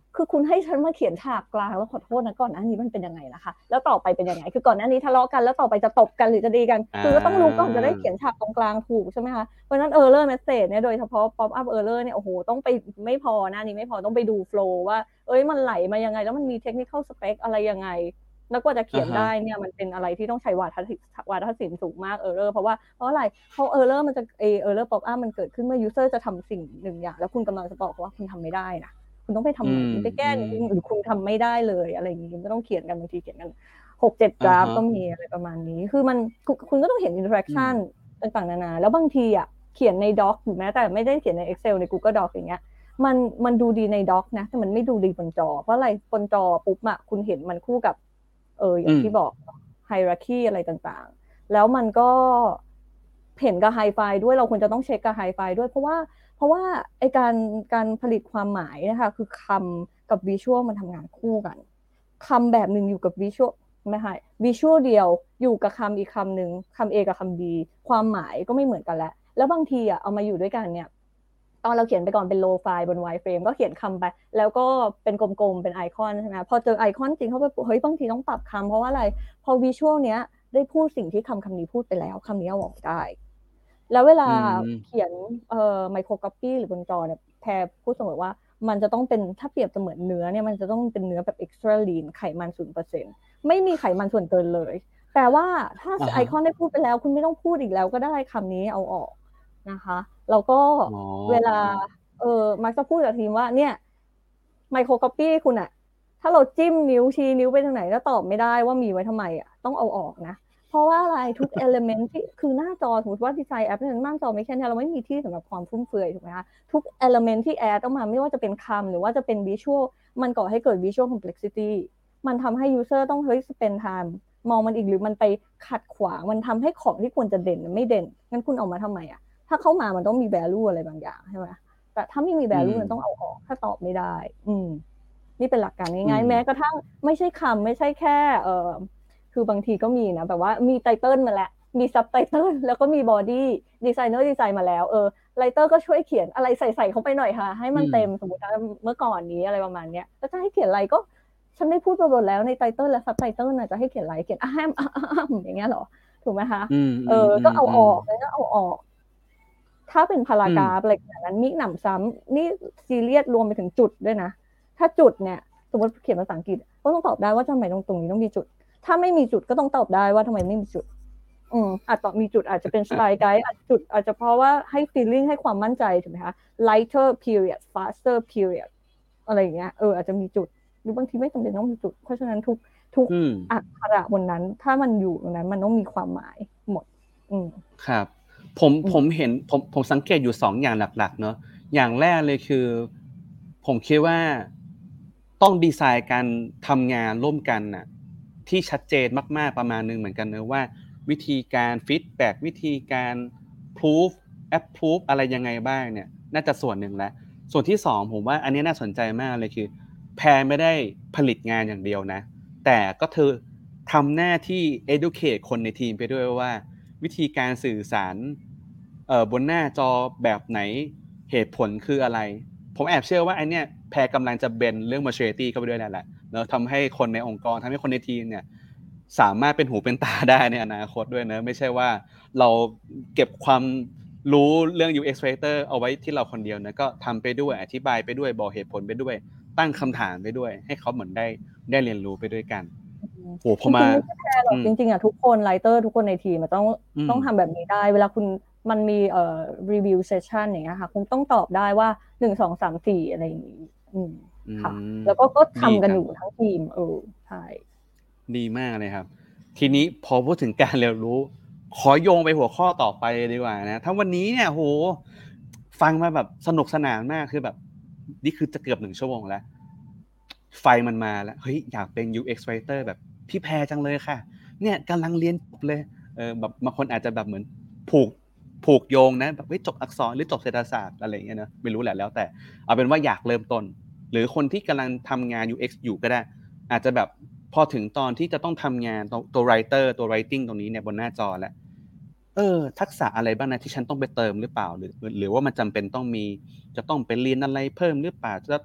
คือคุณให้ฉันมาเขียนฉากกลางแล้วขอโทษนะก่อนหน้านี้มันเป็นยังไงนะคะแล้วต่อไปเป็นยังไงคือก่อนหน้านี้ทะเลาะกันแล้วต่อไปจะตบกันหรือจะดีกันคือก็ต้องรู้ก่อนจะได้เขียนฉากตรงกลางถูกใช่ไหมคะเพราะฉะนั้น error message เนี่ยโดยเฉพาะ pop up error เนี่ยโอ้โหต้องไปไม่พอหน้านี้ไม่พอต้องไปดู flow ว่าเอ้ยมันไหลมายังไงแล้วมันมี technical spec อะไรยังไงแล้วกว่าจะเขียนได้เนี่ยมันเป็นอะไรที่ต้องใช้วาทศิลป์วาทศิลป์สูงมาก error เพราะว่าเพราะอะไรเพราะ error มันจะเอ error pop up มันเกิดขึ้นเมื่อ user จะทำสิ่งหนึ่งอย่างแล้วคุณกำลังจะบอกว่าคุณทำไม่ได้นะคุณต้องไปทำใหม่คุณไปแก้หรือคุณทำไม่ได้เลยอะไรอย่างนี้ไม่ต้องเขียนกันบางทีเขียนกันหกเจ็ดดราฟก็มีอะไรประมาณนี้คือมันคุณก็ต้องเห็น interaction ต่างๆนานาแล้วบางทีอ่ะเขียนใน doc หรือแม้แต่ไม่ได้เขียนใน Excel ใน Google Doc อย่างเงี้ยมันมันดูดีใน doc นะแต่มันไม่ดูดีบนจอเพราะอะไรบนจอปุ๊บอ่ะคุณเห็นมันคู่กับเอออย่างที่บอก hierarchy อะไรต่างๆแล้วมันก็เห็นกับ high five ด้วยเราควรจะต้องเช็คกับ high five ด้วยเพราะว่าเพราะว่าไอการการผลิตความหมายนะคะคือคำกับวิชวลมันทำงานคู่กันคำแบบหนึ่งอยู่กับวิชวลไม่ใช่วิชวลเดียวอยู่กับคำอีกคำหนึ่งคำ A กับคำ B ความหมายก็ไม่เหมือนกันแล้วแล้วบางทีอ่ะเอามาอยู่ด้วยกันเนี่ยตอนเราเขียนไปก่อนเป็น low file บน wide frame ก็เขียนคำไปแล้วก็เป็นกลมๆเป็นไอคอนใช่ไหมพอเจอไอคอนจริงเข้าไปเฮ้ยบางทีต้องปรับคำเพราะว่าอะไรพอวิชวลเนี้ยได้พูดสิ่งที่คำคำนี้พูดไปแล้วคำนี้เอาออกได้แล้วเวลาเขียนเอ่อไมโครคัพปี้หรือบนจอเนี่ยแพรพูดเสมอว่ามันจะต้องเป็นถ้าเปรียบเสมือนเนื้อเนี่ยมันจะต้องเป็นเนื้อแบบ extra lean ไขมัน ศูนย์เปอร์เซ็นต์ ไม่มีไขมันส่วนเกินเลยแปลว่าถ้าไอคอนได้พูดไปแล้วคุณไม่ต้องพูดอีกแล้วก็ได้คำนี้เอาออกนะคะแล้วก็เวลาเออมักจะพูดกับทีมว่าเนี่ยไมโครคัพปี้คุณอะถ้าเราจิ้มนิ้วชี้นิ้วไปทางไหนแล้วตอบไม่ได้ว่ามีไว้ทำไมอะต้องเอาออกนะเพราะว่าอะไรทุก element ที่คือหน้าจอสมมติว่าดีไซน์แอปนั้นหน้าจอไม่แค่นี้เราไม่มีที่สำหรับความฟุ่มเฟือยถูกไหมคะทุก element ที่แอดออกมาไม่ว่าจะเป็นคำหรือว่าจะเป็น visual มันก่อให้เกิด visual complexity มันทำให้ user ต้องเฮ้ย spend time มองมันอีกหรือมันไปขัดขวางมันทำให้ของที่ควรจะเด่นไม่เด่นงั้นคุณเอามาทำไมอ่ะถ้าเข้ามามันต้องมี value อะไรบางอย่างใช่ไหมแต่ถ้าไม่มี value มันต้องเอาออกถ้าตอบไม่ได้อืมนี่เป็นหลักการง่ายๆแม้กระทั่งไม่ใช่คำไม่ใช่แค่เอ่อคือบางทีก็มีนะแบบว่ามีไตเติลมาแล้วมีซับไตเติลแล้วก็มีบอดี้ดีไซเนอร์ดีไซน์มาแล้วเออไรเตอร์ก็ช่วยเขียนอะไรใส่ๆเข้าไปหน่อยค่ะให้มันเต็มสมมติว่าเมื่อก่อนนี้อะไรประมาณเนี้ยแล้วจะให้เขียนอะไรก็ฉันได้พูดไปหมดแล้วในไตเติลและซับไตเติลน่ะจะให้เขียนอะไรเขียนอ้ามอ้ามอย่างเงี้ยเหรอถูกไหมคะเออก็เอาออกแล้วก็เอาออกถ้าเป็นพารากราฟอะไรแบบนั้นมิหนำซ้ำนี่ซีเรียสรวมไปถึงจุดด้วยนะถ้าจุดเนี่ยสมมติเขียนภาษาอังกฤษก็ต้องตอบได้ว่าทำไมตรงตรงนี้ต้องมีจุดถ้าไม่มีจุดก็ต้องตอบได้ว่าทำไมไม่มีจุดอืมอาจจะมีจุดอาจจะเป็นสไตล์ไกด์อาจจุดอาจจะเพราะว่าให้ feeling ให้ความมั่นใจถูกไหมคะ lighter period faster period อะไรอย่างเงี้ยเอออาจจะมีจุดหรือบางทีไม่จำเป็นต้องมีจุดเพราะฉะนั้นทุกทุกอักขระบนนั้นถ้ามันอยู่ตรงนั้นมันต้องมีความหมายหมดอืมครับผมผมเห็นผมผมสังเกตอยู่สองอย่างหลักๆเนาะอย่างแรกเลยคือผมคิดว่าต้องดีไซน์การทำงานร่วมกันน่ะที่ชัดเจนมากๆประมาณนึงเหมือนกันเนอะว่าวิธีการฟีดแบ็กวิธีการพรูฟแอปพรูฟอะไรยังไงบ้างเนี่ยน่าจะส่วนหนึ่งแล้วส่วนที่สองผมว่าอันนี้น่าสนใจมากเลยคือแพรไม่ได้ผลิตงานอย่างเดียวนะแต่ก็เธอทำหน้าที่ educate คนในทีมไปด้วยว่าวิธีการสื่อสารเอ่อบนหน้าจอแบบไหนเหตุผลคืออะไรผมแอบเชื่อว่าไอ้เนี่ยแพรกำลังจะเบนเรื่อง maturity เข้าไปด้วยแหละเนอะทำให้คนในองค์กรทำให้คนในทีมเนี่ยสามารถเป็นหูเป็นตาได้ในอนาคตด้วยเนอะไม่ใช่ว่าเราเก็บความรู้เรื่อง ยู เอ็กซ์ Writer เอาไว้ที่เราคนเดียวนะก็ทำไปด้วยอธิบายไปด้วยบอกเหตุผลไปด้วยตั้งคำถามไปด้วยให้เขาเหมือนได้ได้เรียนรู้ไปด้วยกันโอ้พอมาจริงๆอ่ะทุกคนไรเตอร์ทุกคนในทีมมันต้องต้องทำแบบนี้ได้เวลาคุณมันมีเอ่อรีวิวเซสชั่นอย่างเงี้ยค่ะคุณต้องตอบได้ว่าหนึ่ง สอง สาม สี่อะไรอย่างงี้อืมค่ะแล้วก็ก็ทำกันอยู่ทั้งทีมเออใช่ดีมากเลยครับทีนี้พอพูดถึงการเรียนรู้ขอโยงไปหัวข้อต่อไปดีกว่านะถ้าวันนี้เนี่ยโหฟังมาแบบสนุกสนานมากคือแบบนี่คือจะเกือบหนึ่งชั่วโมงแล้วไฟมันมาแล้วเฮ้ยอยากเป็น ยู เอ็กซ์ Writer แบบพี่แพรจังเลยค่ะเนี่ยกำลังเรียนจบเลยเออแบบบางคนอาจจะแบบเหมือนผูกผูกโยงนะแบบเฮ้ยจบอักษรหรือจบเศรษฐศาสตร์อะไรอย่างเงี้ยนะไม่รู้แหละแล้วแต่เอาเป็นว่าอยากเริ่มต้นหรือคนที่กำลังทำงาน ยู เอ็กซ์ อยู่ก็ได้อาจจะแบบพอถึงตอนที่จะต้องทำงานตัว writer ตัว writing ตรงนี้เนี่ยบนหน้าจอแล้วเออทักษะอะไรบ้างนะที่ฉันต้องไปเติมหรือเปล่าหรือหรือว่ามันจำเป็นต้องมีจะต้องไปเรียนอะไรเพิ่มหรือเปล่าจะ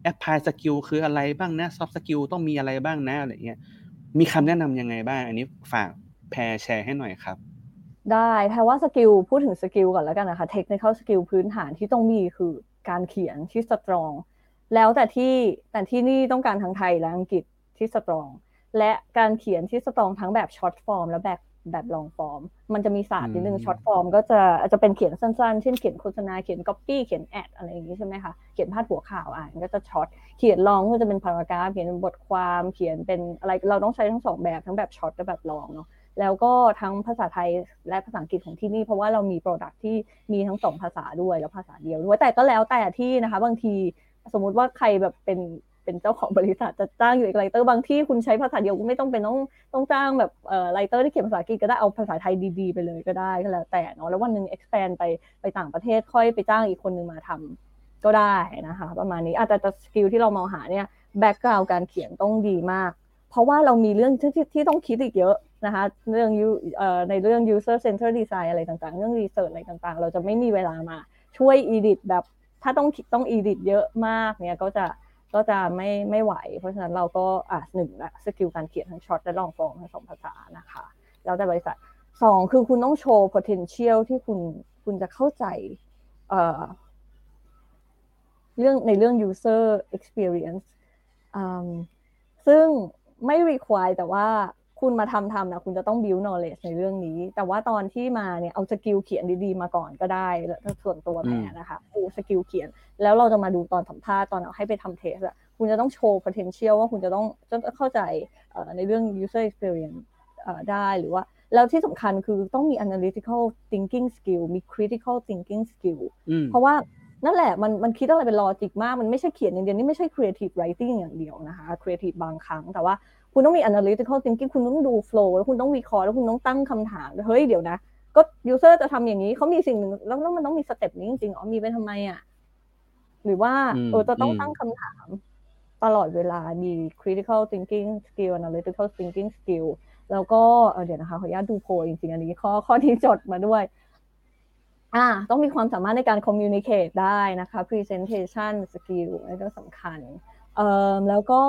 apply skill คืออะไรบ้างนะ soft skill ต้องมีอะไรบ้างนะอะไรเงี้ยมีคำแนะนำยังไงบ้างอันนี้ฝากแพรแชร์ให้หน่อยครับได้แปลว่าสกิลพูดถึงสกิลก่อนแล้วกันนะคะ technical skill พื้นฐานที่ต้องมีคือการเขียนที่ strong แล้วแต่ที่แต่ที่นี่ต้องการทั้งไทยและอังกฤษที่ strong และการเขียนที่ strong ทั้งแบบ short form และแบบแบบ long form มันจะมีศาสตร์นิดนึง short form ก็จะอาจจะเป็นเขียนสั้นๆเช่นเขียนโฆษณาเขียน copy เขียน ad อะไรอย่างนี้ใช่ไหมคะเขียนพาดหัวข่าวอ่านก็จะ short เขียน long ก็จะเป็น paragraph เขียนเป็นบทความเขียนเป็นอะไรเราต้องใช้ทั้งสองแบบทั้งแบบ short และแบบ long เนาะแล้วก็ทั้งภาษาไทยและภาษาอังกฤษของที่นี่เพราะว่าเรามี product ที่มีทั้งสองภาษาด้วยแล้วภาษาเดียวด้วยแต่ก็แล้วแต่ที่นะคะบางทีสมมุติว่าใครแบบเป็นเป็นเจ้าของบริษัทจะจ้างอยู่อีกไรเตอร์บางที่คุณใช้ภาษาเดียวก็ไม่ต้องเป็นต้องต้องจ้างแบบเอ่อไรเตอร์ที่เขียนภาษาอังกฤษก็ได้เอาภาษาไทยดีๆไปเลยก็ได้ก็แล้วแต่เนาะแล้ววันนึง expand ไปไปต่างประเทศค่อยไปจ้างอีกคนนึงมาทำก็ได้นะคะประมาณนี้อาจจะสกิลที่เรามองหาเนี่ยแบ็คกราวด์การเขียนต้องดีมากเพราะว่าเรามีเรื่องที่ที่ต้องคิดอีกเยอะนะคะเรื่องเอ่อในเรื่อง user center design อะไรต่างๆเรื่อง research อะไรต่างๆเราจะไม่มีเวลามาช่วย edit แบบถ้าต้องต้อง edit เยอะมากเนี่ยก็จะก็จะไม่ไม่ไหวเพราะฉะนั้นเราก็อ่ะหนึ่งละสกิลการเขียนทั้งช็อตและลองฟอร์มทั้งสองภาษานะคะแล้วแต่บริษัทสองคือคุณต้องโชว์ potential ที่คุณคุณจะเข้าใจเอ่อเรื่องในเรื่อง user experience ซึ่งไม่ require แต่ว่าคุณมาทำทำนะคุณจะต้อง build knowledge ในเรื่องนี้แต่ว่าตอนที่มาเนี่ยเอาสกิลเขียนดีๆมาก่อนก็ได้ส่วนตัวแม่นะคะดูสกิลเขียนแล้วเราจะมาดูตอนสัมภาษณ์ตอนเอาให้ไปทำเทสอะคุณจะต้องโชว์ potential ว่าคุณจะต้องจะเข้าใจในเรื่อง user experience ได้หรือว่าแล้วที่สำคัญคือต้องมี analytical thinking skill มี critical thinking skill เพราะว่านั่นแหละมันมันคิดอะไรเป็นลอจิกมากมันไม่ใช่เขียนอย่างเดียวนี่ไม่ใช่ creative writing อย่างเดียวนะคะ creative บางครั้งแต่ว่าคุณต้องมี analytical thinking คุณต้องดู flow แล้วคุณต้องวิเคราะห์แล้วคุณต้องตั้งคำถามเฮ้ยเดี๋ยวนะก็ user จะทำอย่างนี้เขามีสิ่งหนึ่งแล้วแล้วมันต้องมีสเต็ปนี้จริงๆอ๋อมีไปทำไมอ่ะหรือว่าเออจะต้องตั้งคำถามตลอดเวลามี critical thinking skill analytical thinking skill แล้วก็เดี๋ยวนะคะขออนุญาตดูโพลจริงๆอันนี้ข้อข้อที่จดมาด้วยอ่าต้องมีความสามารถในการ communicate ได้นะคะ presentation skill นี่ก็สำคัญเอ่อแล้วก็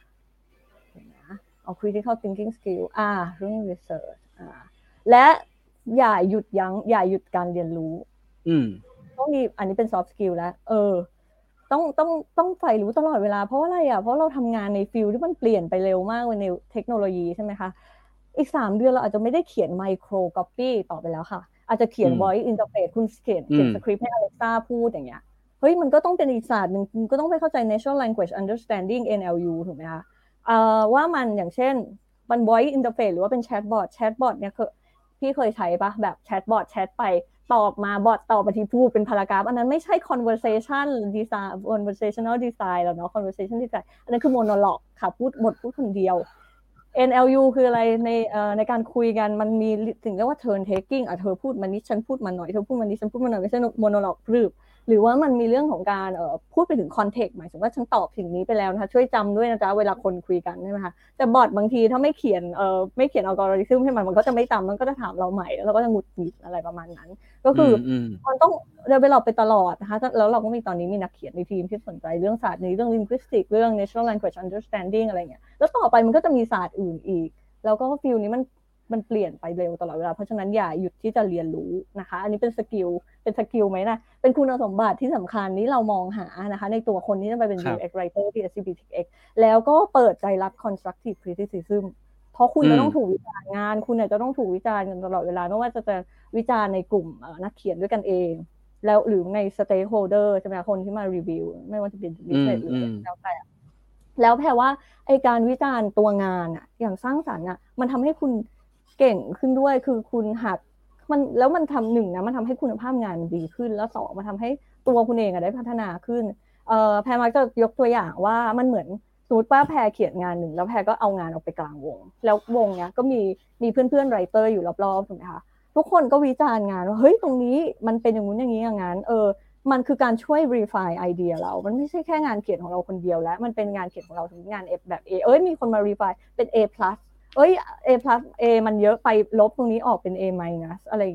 เอา critical thinking skill อ่าเรื่อง research อ่าและอย่าหยุดยั้งอย่าหยุดการเรียนรู้อืมต้องมีอันนี้เป็น soft skill แล้วเออต้องต้องต้องใฝ่รู้ตลอดเวลาเพราะอะไรอ่ะเพราะเราทำงานในฟิลที่มันเปลี่ยนไปเร็วมากในเทคโนโลยีใช่ไหมคะอีกสามเดือนเราอาจจะไม่ได้เขียน micro copy ต่อไปแล้วค่ะอาจจะเขียน voice interface คุณเขียนเขียนสคริปต์ให้ Alexa พูดอย่างเงี้ยเฮ้ยมันก็ต้องเป็นอีกศาสตร์นึงคุณก็ต้องไปเข้าใจ natural language understanding เอ็น แอล ยู ถูกไหมคะเอ่อว่ามันอย่างเช่นมัน voice interface หรือว่าเป็น chatbot chatbot เนี่ยคือพี่เคยใช้ปะแบบ chatbot แชทไปตอบมาบอทตอบมาที่พูดเป็นพารากราฟอันนั้นไม่ใช่ conversation design conversational design แล้วเนาะ conversation design อันนั้นคือ monologue ค่ะพูดบทพูดคนเดียว เอ็น แอล ยู คืออะไรในเอ่อในการคุยกันมันมีสิ่งเรียกว่า turn taking อ่ะเธอพูดมานิดฉันพูดมาหน่อยเธอพูดมานิดฉันพูดมาหน่อยไม่ใช่ monologue รึบหรือว่ามันมีเรื่องของการเอ่อพูดไปถึง context หมายถึงว่าฉันตอบสิ่งนี้ไปแล้วนะคะช่วยจำด้วยนะจ๊ะเวลาคนคุยกันใช่ไหมคะแต่บอทบางทีถ้าไม่เขียนเอ่อไม่เขียนอัลกอริทึมให้มันมันก็จะไม่จำมันก็จะถามเราใหม่แล้วเราก็จะหงุดหงิดอะไรประมาณนั้นก็คือมันต้องdevelopไปตลอดนะคะแล้วเราก็มีตอนนี้มีนักเขียนในทีมที่สนใจเรื่องศาสตร์ในเรื่อง linguistics เรื่อง natural language understanding อะไรเงี้ยแล้วต่อไปมันก็จะมีศาสตร์อื่นอีกแล้วก็ฟิลนี้มันมันเปลี่ยนไปเร็วตลอดเวลาเพราะฉะนั้นอย่าหยุดที่จะเรียนรู้นะคะอันนี้เป็นสกิลเป็นสกิลไหมนะเป็นคุณสมบัติที่สำคัญที่เรามองหานะคะในตัวคนที่จะไปเป็น ยู เอ็กซ์ writer ที่ เอส ซี บี ที เอ็กซ์ แล้วก็เปิดใจรับ constructive criticism เพราะคุณจะต้องถูกวิจารณ์งานคุณเนี่ยจะต้องถูกวิจารณ์กันตลอดเวลาไม่ว่าจะจะวิจารณ์ในกลุ่มนักเขียนด้วยกันเองแล้วหรือใน stakeholder ใช่ไหมคนที่มารีวิวไม่ว่าจะเป็น business หรือแล้วแต่แล้วแปลว่าไอการวิจารณ์ตัวงานอะอย่างสร้างสรรค์อะมันทำให้คุณเก่งขึ้นด้วยคือคุณหัดมันแล้วมันทำหนึ่งนะมันทำให้คุณภาพงานมันดีขึ้นแล้วสองมันทำให้ตัวคุณเองอะได้พัฒนาขึ้นเอ่อแพรมักจะยกตัวอย่างว่ามันเหมือนสมมติว่าแพรเขียนงานหนึ่งแล้วแพรก็เอางานออกไปกลางวงแล้ววงเนี้ยก็มีมีเพื่อนๆไรเตอร์อยู่รอบๆถูกไหมคะทุกคนก็วิจารณ์งานว่าเฮ้ยตรงนี้มันเป็นอย่างนู้นอย่างนี้อย่างนั้นเออมันคือการช่วย refine ไอเดียเรามันไม่ใช่แค่งานเขียนของเราคนเดียวแล้วมันเป็นงานเขียนของเราถึงงาน F แบบ A เอ้ยมีคนมา refine เป็น A plus เอ้ย A plus A มันเยอะไปลบตรงนี้ออกเป็น A minus อะไรเงี้ย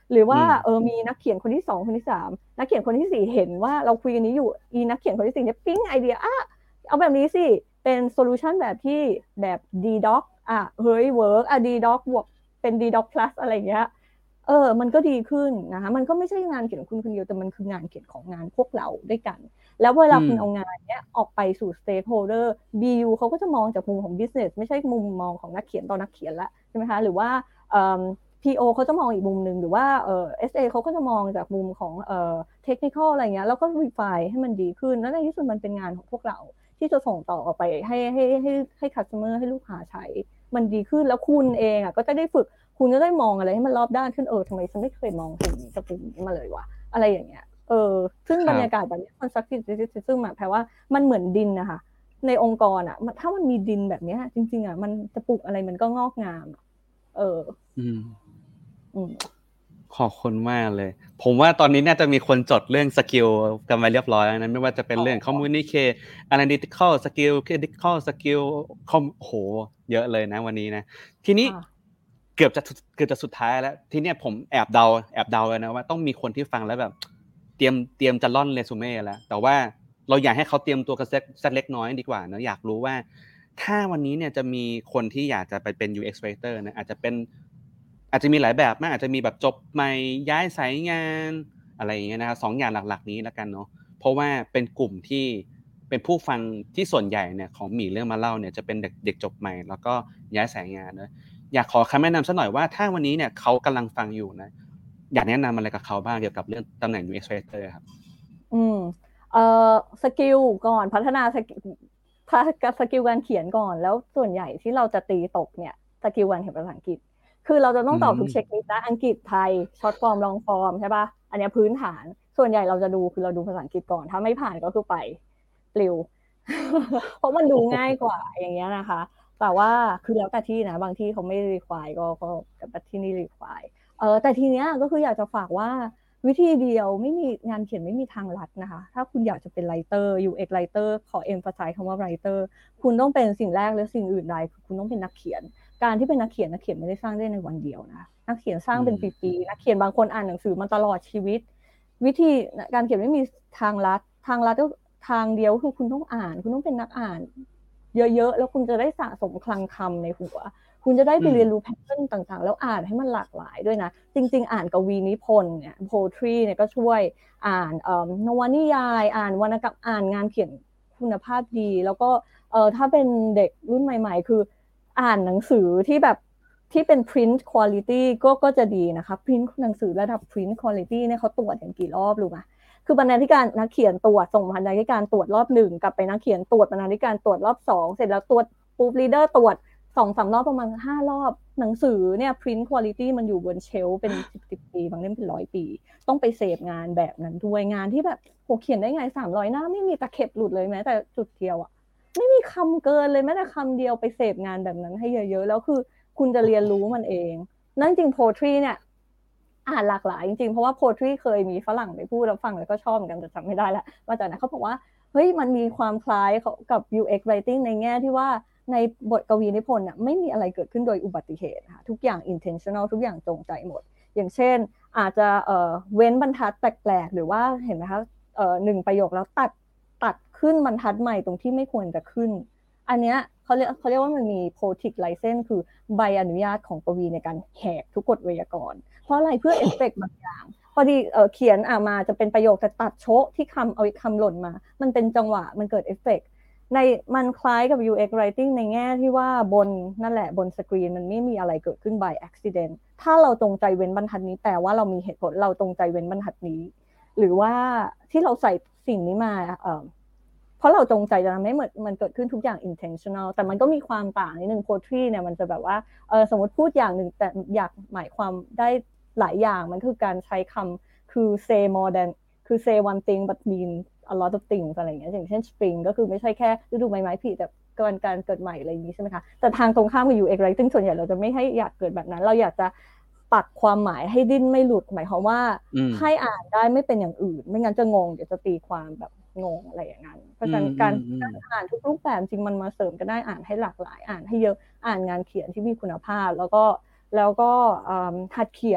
หรือว่าอืมเออมีนักเขียนคนที่สองคนที่สามนักเขียนคนที่สี่เห็นว่าเราคุยกันนี้อยู่อีนักเขียนคนที่สี่เนี่ยปิ๊งไอเดียอ่ะเอาแบบนี้สิเป็นโซลูชันแบบที่แบบ ดี ด็อก อ่ะเฮ้ยเวิร์กอ่ะ ดี ด็อก บวกเป็น ดี ด็อก plus อะไรอย่างเงี้ยเออมันก็ดีขึ้นนะคะมันก็ไม่ใช่งานเขียนของคุณคนเดียวแต่มันคืองานเขียนของงานพวกเราด้วยกันแล้วเวลาคุณเอางานเนี้ยออกไปสู่ stakeholder บี ยู เขาก็จะมองจากมุมของ business ไม่ใช่มุมมองของนักเขียนต่อนักเขียนละใช่ไหมคะหรือว่าเอ่อ พี โอ เขาจะมองอีกมุมนึงหรือว่าเอ่อ เอส เอ เขาก็จะมองจากมุมของเอ่อ technical อะไรเงี้ยแล้วก็ refine ให้มันดีขึ้นแล้วในที่สุดมันเป็นงานของพวกเราที่จะส่งต่อออกไปให้ให้ให้ให้ customer ให้ลูกค้าใช้มันดีขึ้นแล้วคุณเองอ่ะก็จะได้ฝึกคุณก็ได้มองอะไรให้มันรอบด้านขึ้นเออทำไมฉันไม่เคยมองสิ่งนี้กับสิ่งนี้มาเลยวะอะไรอย่างเงี้ยเออซึ่งบรรยากาศแบบนี้ constructive criticism อ่ะแปลว่ามันเหมือนดินนะคะในองค์กรอ่ะถ้ามันมีดินแบบนี้จริงๆอ่ะมันจะปลูกอะไรมันก็งอกงามเอออืมอืมขอบคุณมากเลยผมว่าตอนนี้น่าจะมีคนจดเรื่องสกิลกันไว้เรียบร้อยแล้วนะไม่ว่าจะเป็นเรื่อง communicate analytical skill critical skill โหเยอะเลยนะวันนี้นะทีนี้เกือบจะเกือบจะสุดท้ายแล้วทีเนี้ยผมแอบเดาแอบเดาเลยนะว่าต้องมีคนที่ฟังแล้วแบบเตรียมเตรียมจะล่อนเรซูเม่แล้วแต่ว่าเราอยากให้เขาเตรียมตัวกันสักเล็กน้อยดีกว่านะอยากรู้ว่าถ้าวันนี้เนี่ยจะมีคนที่อยากจะไปเป็น ยู เอ็กซ์ Writer นะอาจจะเป็นอาจจะมีหลายแบบมากอาจจะมีแบบจบใหม่ย้ายสายงานอะไรอย่างเงี้ยนะครับสองอย่างหลักๆนี้แล้วกันเนาะเพราะว่าเป็นกลุ่มที่เป็นผู้ฟังที่ส่วนใหญ่เนี่ยของหมีเรื่องมาเล่าเนี่ยจะเป็นเด็กเด็กจบใหม่แล้วก็ย้ายสายงานนะอยากขอคำแนะนำสักหน่อยว่าถ้าวันนี้เนี่ยเขากำลังฟังอยู่นะอยากแนะนำอะไรกับเขาบ้างเกี่ยวกับเรื่องตำแหน่ง ยู เอ็กซ์ Writer ครับอืมเอ่อสกิลก่อนพัฒนาสกิลสกิลการเขียนก่อนแล้วส่วนใหญ่ที่เราจะตีตกเนี่ยสกิลการเขียนภาษาอังกฤษคือเราจะต้องตอบทุกเช็คลิสต์นะอังกฤษไทยช็อตฟอร์มลองฟอร์มใช่ป่ะอันนี้พื้นฐานส่วนใหญ่เราจะดูคือเราดูภาษาอังกฤษก่อนถ้าไม่ผ่านก็คือไปปลิว เพราะมันดูง่ายกว่าอย่างเงี้ยนะคะแต่ว่าคือแล้วแต่ที่นะบางที่เขาไม่รีควายก็ก็แต่ที่นี่รีควายเออแต่ทีเนี้ยก็คืออยากจะฝากว่าวิธีเดียวไม่มีงานเขียนไม่มีทางลัดนะคะถ้าคุณอยากจะเป็นไรเตอร์ ยู เอ็กซ์ ไรเตอร์ขอเอ็มฟาไซส์คำว่าไรเตอร์คุณต้องเป็นสิ่งแรกและสิ่งอื่นใดคือคุณต้องเป็นนักเขียนการที่เป็นนักเขียนนักเขียนไม่ได้สร้างได้ในวันเดียวนะนักเขียนสร้างเป็นปีๆนักเขียนบางคนอ่านหนังสือมาตลอดชีวิตวิธีการเขียนไม่มีทางลัดทางลัดก็ทางเดียวคือคุณต้องอ่านคุณต้องเป็นนักอ่านเยอะๆแล้วคุณจะได้สะสมคลังคำในหัวคุณจะได้ไปเรียนรู้แพทเทิร์นต่างๆแล้วอ่านให้มันหลากหลายด้วยนะจริงๆอ่านกวีนิพนธ์เนี่ย poetry เนี่ยก็ช่วยอ่านเอ่อนวนิยายอ่านวรรณกรรมอ่านงานเขียนคุณภาพดีแล้วก็เอ่อถ้าเป็นเด็กรุ่นใหม่ๆคืออ่านหนังสือที่แบบที่เป็น print quality ก็ก็จะดีนะคะ print หนังสือระดับ print quality เนี่ยเขาตรวจกันกี่รอบรู้ไหมคือบรรณาธิการนักเขียนตรวจส่งบรรณาธิการตรวจรอบหนึ่งกลับไปนักเขียนตรวจบรรณาธิการตรวจรอบสองเสร็จแล้วตรวจปุ๊บรีเดอร์ตรวจสองสามรอบประมาณห้ารอบหนังสือเนี่ย print quality มันอยู่บนเชลฟ์เป็นสิบสิบปีบางเล่มเป็นร้อยปีต้องไปเสพงานแบบนั้นด้วยงานที่แบบโหเขียนได้ไงสามร้อยหน้าไม่มีตะเข็บหลุดเลยแม้แต่จุดเดียวอ่ะไม่มีคำเกินเลยแม้แต่คำเดียวไปเสพงานแบบนั้นให้เยอะๆแล้วคือคุณจะเรียนรู้มันเองนั่นจริง poetry เนี่ยอ่านหลากหลายจริงๆเพราะว่า poetry เคยมีฝรั่งไปพูดแล้วฟังแล้วก็ชอบเหมือนกันแต่จำไม่ได้ละมาจากนั้นเขาบอกว่าเฮ้ยมันมีความคล้ายกับ ยู เอ็กซ์ writing ในแง่ที่ว่าในบทกวีนิพนธ์น่ะไม่มีอะไรเกิดขึ้นโดยอุบัติเหตุค่ะทุกอย่าง intentional ทุกอย่างจงใจหมดอย่างเช่นอาจจะเอ่อเว้นบรรทัดแปลกๆหรือว่าเห็นไหมคะเอ่อหนึ่งประโยคแล้วตัดตัดขึ้นบรรทัดใหม่ตรงที่ไม่ควรจะขึ้นอันเนี้ยเขาเรียกเขาเรียกว่ามันมี poetic license คือใบอนุญาตของกวีในการแหกทุกกฎไวยากรณ์เพราะอะไรเพื่อเอฟเฟกต์บางอย่างพอดีเอ่อเขียนอ่ะมาจะเป็นประโยคแต่ตัดโชะที่คำเอาคำหล่นมามันเป็นจังหวะมันเกิดเอฟเฟกต์ในมันคล้ายกับ ยู เอ็กซ์ writing ในแง่ที่ว่าบนนั่นแหละบนสกรีนมันไม่มีอะไรเกิดขึ้น by accident ถ้าเราจงใจเว้นบรรทัดนี้แปลว่าเรามีเหตุผลเราจงใจเว้นบรรทัดนี้หรือว่าที่เราใส่สิ่งนี้มาเอ่อเพราะเราจงใจจะทำให้มันเกิดขึ้นทุกอย่าง intentional แต่มันก็มีความต่างนิดนึง poetry เนี่ยมันจะแบบว่าเออสมมติพูดอย่างหนึ่งแต่อยากหมายความได้หลายอย่างมันคือการใช้คำคือ say more than คือ say one thing but mean a lot of things อะไรอย่างเงี้ยอย่างเช่น spring ก็คือไม่ใช่แค่ฤดูใบไม้ผลิแต่การการเกิดใหม่อะไรอย่างนี้ใช่ไหมคะแต่ทางตรงข้ามกับ ยู เอ็กซ์ writing ส่วนใหญ่เราจะไม่ให้อยากเกิดแบบนั้นเราอยากจะปักความหมายให้ดิ้นไม่หลุดหมายความว่าให้อ่านได้ไม่เป็นอย่างอื่นไม่งั้นจะงงเดี๋ยวจะตีความแบบงงอะไรอย่างนั้นเพราะฉะนั้นการอ่านทุกรูปแบบจริงมันมาเสริมกันได้อ่านให้หลากหลายอ่านให้เยอะอ่านงานเขียนที่มีคุณภาพแล้วก็แล้วก็หัดเขียน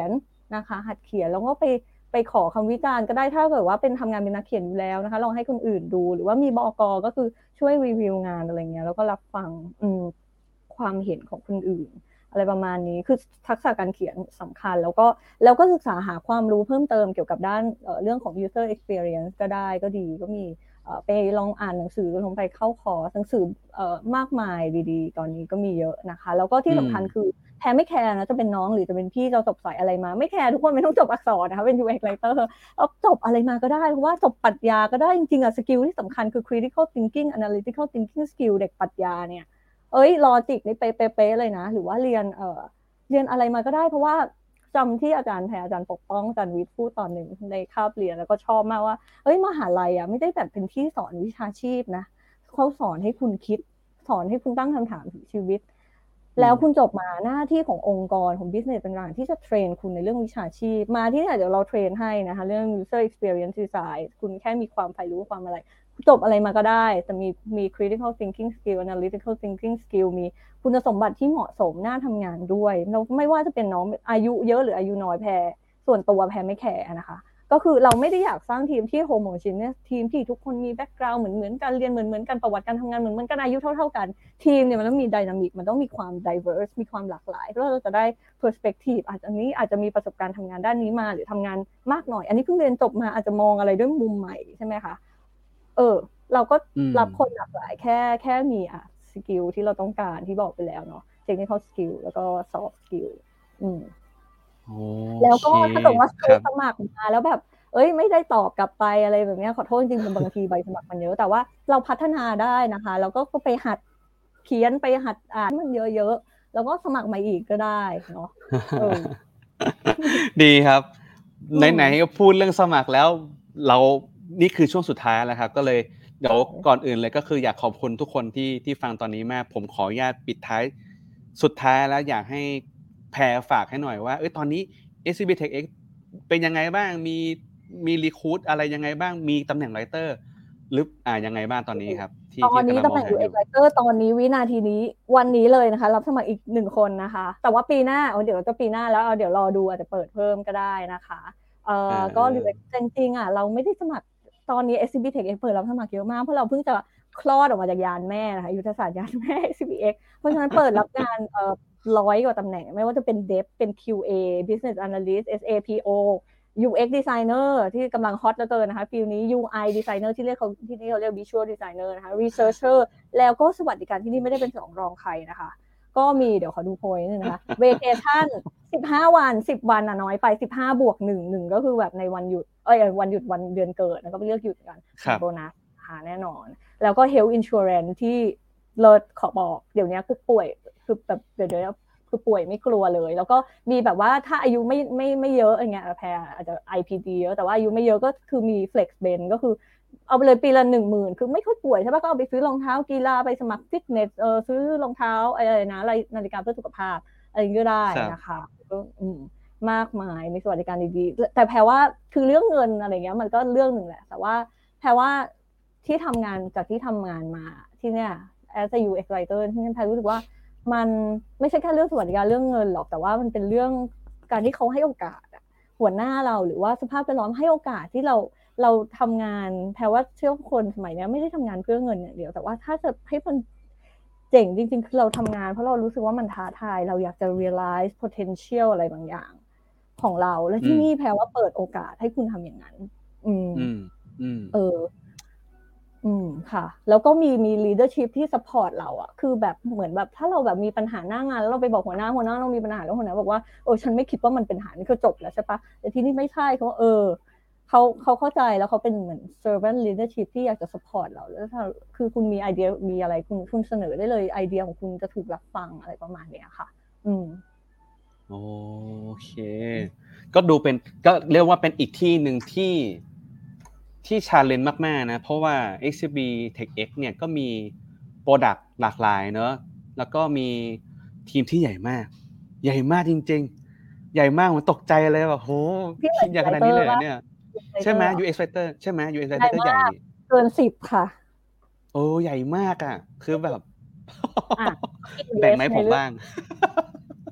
นะคะหัดเขียนแล้วก็ไปไปขอคำวิจารณ์ก็ได้ถ้าเกิดว่าเป็นทำงานเป็นนักเขียนอยู่แล้วนะคะลองให้คนอื่นดูหรือว่ามีบก.ก็คือช่วยรีวิวงานอะไรเงี้ยแล้วก็รับฟังความเห็นของคนอื่นอะไรประมาณนี้คือทักษะการเขียนสำคัญแล้วก็แล้วก็ศึกษาหาความรู้เพิ่มเติมเกี่ยวกับด้าน เอ่อ เรื่องของ user experience ก็ได้ก็ดีก็มีไปลองอ่านหนังสือลงไปเข้าคอร์สหนังสือเอ่อมากมายดีๆตอนนี้ก็มีเยอะนะคะแล้วก็ที่สำคัญคือแพรไม่แคร์นะจะเป็นน้องหรือจะเป็นพี่จะจบสายอะไรมาไม่แคร์ทุกคนไม่ต้องจบอักษรนะคะเป็น ยู เอ็กซ์ writer เอาจบอะไรมาก็ได้เพราะว่าจบปรัชญาก็ได้จริงๆอะสกิลที่สำคัญคือ critical thinking analytical thinking skill เด็กปรัชญาเนี่ยเอ้ยลอจิกนี่เป๊ะๆเลยนะหรือว่าเรียนเอ่อเรียนอะไรมาก็ได้เพราะว่าจำที่อาจารย์แพรอาจารย์ปกป้องอาจารย์วิทย์พูดตอนหนึ่งในคาบเรียนแล้วก็ชอบมากว่าเอ้ยมหาลัยอ่ะไม่ได้แบบเป็นที่สอนวิชาชีพนะเขาสอนให้คุณคิดสอนให้คุณตั้งคำถามถึงชีวิตแล้วคุณจบมาหน้าที่ขององค์กรของ business ต่างๆที่จะเทรนคุณในเรื่องวิชาชีพมาที่เนี่ยเดี๋ยวเราเทรนให้นะคะเรื่อง user experience design คุณแค่มีความใฝ่รู้ความอะไรจบอะไรมาก็ได้แต่มีมี critical thinking skill analytical thinking skill มีคุณสมบัติที่เหมาะสมน่าทำงานด้วยแล้วไม่ว่าจะเป็นน้องอายุเยอะหรืออายุน้อยแพรส่วนตัวแพรไม่แคร์นะคะก็คือเราไม่ได้อยากสร้างทีมที่โฮโมจีเนสทีมที่ทุกคนมีแบ็คกราวด์เหมือนเหมือนกันเรียนเหมือนเหมือนกันประวัติการทำงานเหมือนเหมือนกันอายุเท่าๆกันทีมเนี่ยมันต้องมีไดนามิกมันต้องมีความ diverse มีความหลากหลายเพื่อเราจะได้ perspective อาจจะนี้อาจจะมีประสบการณ์ทำงานด้านนี้มาหรือทำงานมากหน่อยอันนี้เพิ่งเรียนจบมาอาจจะมองอะไรด้วยมุมใหม่ใช่ไหมคะเออเราก็รับคนหลากหลายแค่แค่มีอ่ะสกิลที่เราต้องการที่บอกไปแล้วเนาะ technical skill แล้วก็ soft skill อืมแล้วก็ถ้าเกิดว่าสมัครมาแล้วแบบเอ้ยไม่ได้ตอบกลับไปอะไรแบบนี้ขอโทษจริงๆบางทีใบสมัครมันเยอะแต่ว่าเราพัฒนาได้นะคะแล้วก็ไปหัดเขียนไปหัดอ่านมันเยอะๆแล้วก็สมัครมาอีกก็ได้เนาะเออดีครับไหนๆก็พูดเรื่องสมัครแล้วเรานี่คือช่วงสุดท้ายแล้วครับก็เลยเดี๋ยวก่อนอื่นเลยก็คืออยากขอบคุณทุกคนที่ที่ฟังตอนนี้มากผมขออนุญาตปิดท้ายสุดท้ายแล้วอยากให้แพรฝากให้หน่อยว่าเอ้ยตอนนี้ เอส ซี บี TechX เป็นยังไงบ้างมีมีรีครูทอะไรยังไงบ้างมีตำแหน่งไรเตอร์หรืออ่ายังไงบ้างตอนนี้ครับที่ตอนนี้ตำแหน่ง ยู เอ็กซ์ writer ตอนนี้วินาทีนี้วันนี้เลยนะคะรับสมัครอีกหนึ่งคนนะคะแต่ว่าปีหน้าเดี๋ยวจะปีหน้าแล้วเดี๋ยวรอดูอาจจะเปิดเพิ่มก็ได้นะคะเอ่อก็เหลือจริงๆอ่ะเราไม่ได้สมัครตอนนี้ เอส ซี บี TechX เปิดรับสมัครเยอะมากเพราะเราเพิ่งจะคลอดออกมาจากยานแม่นะคะยุทธศาสตร์ยานแม่ เอส ซี บี เอ็กซ์ เพราะฉะนั้นเปิดรับงานเอ่อร้อยกว่าตำแหน่งไม่ว่าจะเป็น Dev เป็น คิว เอ Business Analyst เอส เอ พี โอ ยู เอ็กซ์ Designer ที่กำลังฮอตเหลือเกินนะคะฟิลนี้ ยู ไอ Designer ที่เรียกเขาที่นี่เขาเรียก Visual Designer นะคะ Researcher แล้วก็สวัสดิการที่นี่ไม่ได้เป็นสองรองใครนะคะก็มีเดี๋ยวขอดูโพยนิดนึงนะคะ Vacation สิบห้าวันสิบวันน่ะน้อยไปสิบห้าบวกหนึ่ง หนึ่งก็คือแบบในวันหยุดเอ้ยวันหยุดวันเดือนเกิดแล้วก็ไปเลือกหยุดกันโบนัสหาแน่นอนแล้วก็ Health Insurance ที่เลิศขอบอกเดี๋ยวนี้คือป่วยคือแบบเดี๋ยวเดี๋ยวคือป่วยไม่กลัวเลยแล้วก็มีแบบว่าถ้าอายุไม่ไม่ไม่เยอะอย่างเงี้ยแพรอาจจะ ไอ พี ดี เยอะแต่ว่าอายุไม่เยอะก็คือมี Flex Ben ก็คือเอาไปเลยปีละ หนึ่งหมื่น คือไม่ค่อยป่วยใช่ป่ะก็เอาไปซื้อรองเท้ากีฬาไปสมัครฟิตเนสเออซื้อรองเท้าอะไรนะนาฬิกาเพื่อสุขภาพอะไรก็ได้นะคะก็อืมมากมายมีสวัสดิการดีๆแต่แพรว่าคือเรื่องเงินอะไรเงี้ยมันก็เรื่องนึงแหละแต่ว่าแพรว่าที่ทำงานจากที่ทำงานมาที่เนี่ย as a ยู เอ็กซ์ writer ที่นี่แพรรู้สึกว่ามันไม่ใช่แค่เรื่องสวัสดิการเรื่องเงินหรอกแต่ว่ามันเป็นเรื่องการที่เขาให้โอกาสหัวหน้าเราหรือว่าสภาพแวดล้อมให้โอกาสที่เราเราทำงานแพรว่าเชื่อคนสมัยนี้ไม่ได้ทำงานเพื่อเงินอย่างเดียวแต่ว่าถ้าจะให้มันเจ๋งจริงๆคือเราทำงานเพราะเรารู้สึกว่ามันท้าทายเราอยากจะ realize potential อะไรบางอย่างของเราและที่นี่แพรว่าเปิดโอกาสให้คุณทำอย่างนั้นอืมอืมเอออืมค่ะแล้วก็มีมี leadership ที่ support เราอ่ะคือแบบเหมือนแบบถ้าเราแบบมีปัญหาหน้างานแล้วเราไปบอกหัวหน้าหัวหน้าเรามีปัญหาแล้วหัวหน้าบอกว่าเออฉันไม่คิดว่ามันเป็นปัญหานี่คือจบแล้วใช่ปะแต่ที่นี่ไม่ใช่เขาเออเขาเขาเข้าใจแล้วเขาเป็นเหมือน servant leadership ที่อยากจะ support เราแล้วถ้าคือคุณมีไอเดียมีอะไรคุณคุณเสนอได้เลยไอเดียของคุณจะถูกรับฟังอะไรประมาณเนี้ยค่ะอืมโอเคก็ดูเป็นก็เรียกว่าเป็นอีกที่นึงที่ที่ challenge มากๆนะเพราะว่า เอ็กซ์ ซี บี TechX เนี่ยก็มี product หลากหลายเนอะแล้วก็มีทีมที่ใหญ่มากใหญ่มากจริงๆใหญ่มากมันตกใจเลยแบบโหทีมใหญ่ขนาดนี้เลยเหรอเนี่ยใช่ไหม ยู เอ็กซ์ Writer ใช่ไหม ยู เอ็กซ์ Writer ใหญ่นี่เกินสิบค่ะโอ้ใหญ่มากอ่ะคือแบบแบ่งไหมผมบ้าง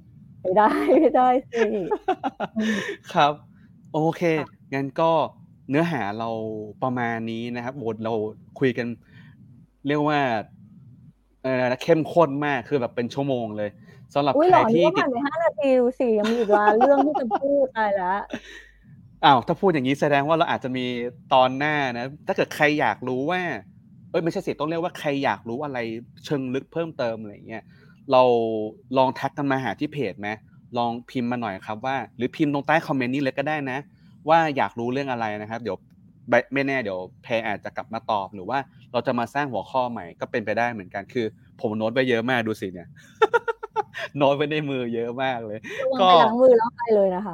ไม่ได้ไม่ได้สิอืมครับโอเคค่ะงั้นก็เนื้อหาเราประมาณนี้นะครับโอ้เราคุยกันเรียกว่าเอ่อเข้มข้นมากคือแบบเป็นชั่วโมงเลยสำหรับใครอุ๊ยเหรอนึกที่ติดว่าผ่านไปห้านาทีดูสิยังมีอีกล้านเรื่องที่จะพูดตายแล้วอ้าวถ้าพูดอย่างนี้แสดงว่าเราอาจจะมีตอนหน้านะถ้าเกิดใครอยากรู้ว่าเอ้ยไม่ใช่สิต้องเรียกว่าใครอยากรู้อะไรเชิงลึกเพิ่มเติมอะไรอย่างเงี้ยเราลองแท็กกันมาหาที่เพจไหมลองพิมพ์มาหน่อยครับว่าหรือพิมพ์ตรงใต้คอมเมนต์นี้เลยก็ได้นะว่าอยากรู้เรื่องอะไรนะครับเดี๋ยวไม่ไม่แน่เดี๋ยวแพรอาจจะกลับมาตอบหรือว่าเราจะมาสร้างหัวข้อใหม่ก็เป็นไปได้เหมือนกันคือผมโน้ตไว้เยอะมากดูสิเนี่ย โน้ตไว้ในมือเยอะมากเลยระวังก็ไปล้างมือแล้วไปเลยนะคะ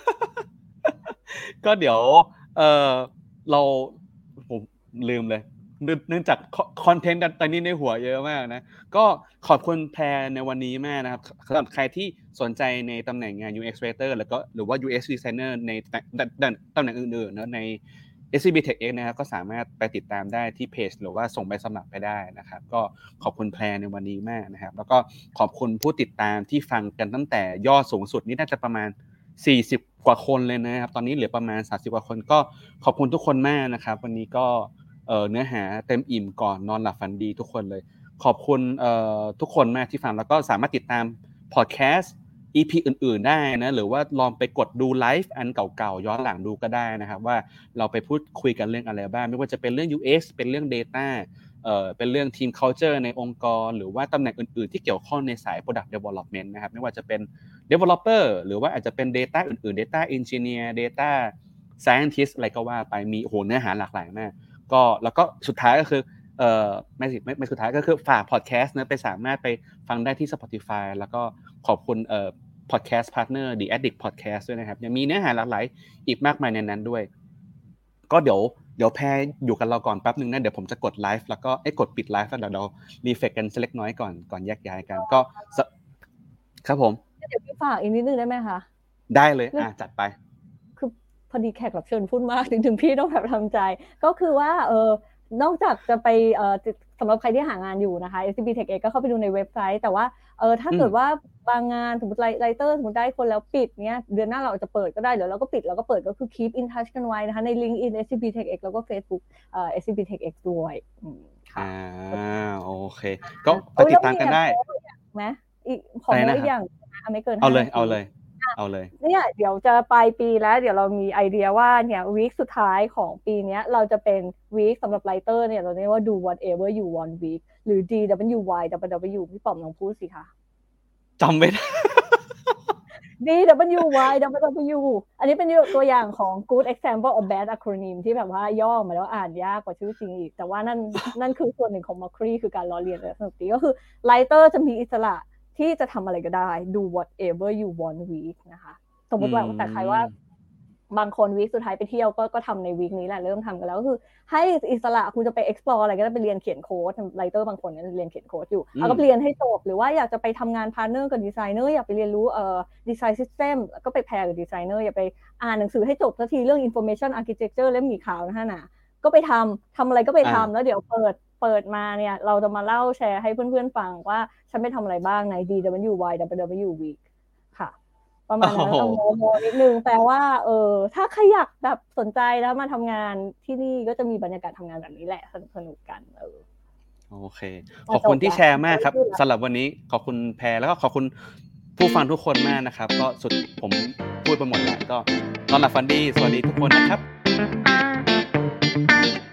ก็เดี๋ยวเออเราผมลืมเลยเนื่องเนื่องจากคอนเทนต์ตอนนี้ในหัวเยอะมากนะก็ขอบคุณแพรในวันนี้มากนะครับสำหรับใครที่สนใจในตำแหน่งงาน ยู เอ็กซ์ Writer แล้วก็หรือว่า ยู เอ็กซ์ Designer ในตำแหน่งอื่นๆนะใน เอส ซี บี TechX นะครับก็สามารถไปติดตามได้ที่เพจหรือว่าส่งใบสมัครไปได้นะครับก็ขอบคุณแพรในวันนี้มากนะครับแล้วก็ขอบคุณผู้ติดตามที่ฟังกันตั้งแต่ยอดสูงสุดนี่น่าจะประมาณสี่สิบกว่าคนเลยนะครับตอนนี้เหลือประมาณสามสิบกว่าคนก็ขอบคุณทุกคนมากนะครับวันนี้ก็เอ่อเนื้อหาเต็มอิ่มก่อนนอนหลับฝันดีทุกคนเลยขอบคุณเอ่อทุกคนมากที่ฟังแล้วก็สามารถติดตามพอดแคสต์ อี พี อื่นๆได้นะหรือว่าลองไปกดดูไลฟ์อันเก่าๆย้อนหลังดูก็ได้นะครับว่าเราไปพูดคุยกันเรื่องอะไรบ้างไม่ว่าจะเป็นเรื่อง ยู เอ็กซ์ เป็นเรื่อง data เอ่อเป็นเรื่อง team culture ในองค์กรหรือว่าตำแหน่งอื่นๆที่เกี่ยวข้องในสาย product development นะครับไม่ว่าจะเป็น developer หรือว่าอาจจะเป็น data อื่นๆ data engineer data scientist อะไรก็ว่าไปมีโหเนื้อหาหลากหลายมากก็แล้วก็สุดท้ายก็คือเอ่อไม่สิไม่ไม่สุดท้ายก็คือฝากพอดแคสต์นะไปสามารถไปฟังได้ที่ Spotify แล้วก็ขอบคุณเอ่อ podcast partner The Addict Podcast ด้วยนะครับยังมีเนื้อหาหลากหลายอีกมากมายในนั้นด้วยก็เดี๋ยวเดี๋ยวแพรอยู่กับเราก่อนแป๊บนึงนะเดี๋ยวผมจะกดไลฟ์แล้วก็เอ้กดปิดไลฟ์แล้วเดี๋ยวเรารีเฟกกันเล็กน้อยก่อนก่อนแยกย้ายกันก็ครับผมเดี๋ยวพี่ฝากอีกนิดนึงได้ไหมคะได้เลยอ่ะจัดไปคือพอดีแขกรับเชิญพูดมากถึงพี่ต้องแบบทำใจก็คือว่าเออนอกจากจะไปเอ่อสำหรับใครที่หางานอยู่นะคะ เอส ซี บี TechX ก็เข้าไปดูในเว็บไซต์แต่ว่าเออถ้าเกิดว่าบางงานสมมติไรเตอร์สมมติได้คนแล้วปิดเนี้ยเดือนหน้าเราจะเปิดก็ได้เดี๋ยวเราก็ปิดเราก็เปิดก็คือ keep in touch กันไว้นะคะใน LinkedIn เอส ซี บี TechX แล้วก็ Facebook เอ่อ เอส ซี บี TechX ด้วยอ่าโอเคก็ไปติดตามกันได้ไหมอีกขอโน้ตอีกอย่างนะไม่เกินเอาเลยเอาเลยเอาเลยเนี่ยเดี๋ยวจะปลายปีแล้วเดี๋ยวเรามีไอเดียว่าเนี่ยวีคสุดท้ายของปีนี้เราจะเป็นวีคสำหรับไรเตอร์เนี่ยเราเรียกว่า do whatever you want week หรือ ดี ดับเบิลยู วาย ดับเบิลยู ดับเบิลยู พี่ป๋อมลองพูดสิคะจำไม่ได้ดี ดับเบิลยู วาย ดับเบิลยู ดับเบิลยู อันนี้เป็นตัวอย่างของ good example of bad acronym ที่แบบว่าย่อมาแล้วอ่านยากกว่าชื่อจริงอีกแต่ว่านั่นนั่นคือส่วนหนึ่งของ mockery คือการล้อเลียนและสนุกดีก็คือไรเตอร์จะมีอิสระที่จะทำอะไรก็ได้ do whatever you want week นะคะสมมติว่าแต่ใครว่าบางคนวีคสุดท้ายไปเที่ยวก็ก็ทำในวีคนี้แหละเริ่มทำกันแล้วก็คือให้อิสระคุณจะไป explore อะไรก็ได้ไปเรียนเขียนโค้ดไรเตอร์บางคนเนี่ยเรียนเขียนโค้ดอยู่เอาก็เรียนให้จบหรือว่าอยากจะไปทำงานพาร์ทเนอร์กับดีไซเนอร์อยากไปเรียนรู้เอ่อดีไซน์ซิสเต็มก็ไปแพร์กับดีไซเนอร์อยากไปอ่านหนังสือให้จบสักทีเรื่อง information architecture เล่มหมีขาวนะฮะน่ะก็ไปทำทำอะไรก็ไปทำแล้วเดี๋ยวเปิดเปิดมาเนี่ยเราจะมาเล่าแชร์ให้เพื่อนๆฟังว่าฉันไปทำอะไรบ้างใน ดี ดับเบิลยู วาย ดับเบิลยู ดับเบิลยู week ค่ะประมาณนั้นต้องโมนิดนึงแปลว่าเออถ้าใครอยากแบบสนใจแล้วมาทำงานที่นี่ก็จะมีบรรยากาศทำงานแบบนี้แหละสนุกๆกันเออโอเคขอบคุณที่แชร์มากครับสำหรับวันนี้ขอบคุณแพรแล้วก็ขอบคุณผู้ฟังทุกคนมากนะครับก็สุดผมพูดไปหมดแล้วก็นอนหลับฝันดีสวัสดีทุกคนนะครับ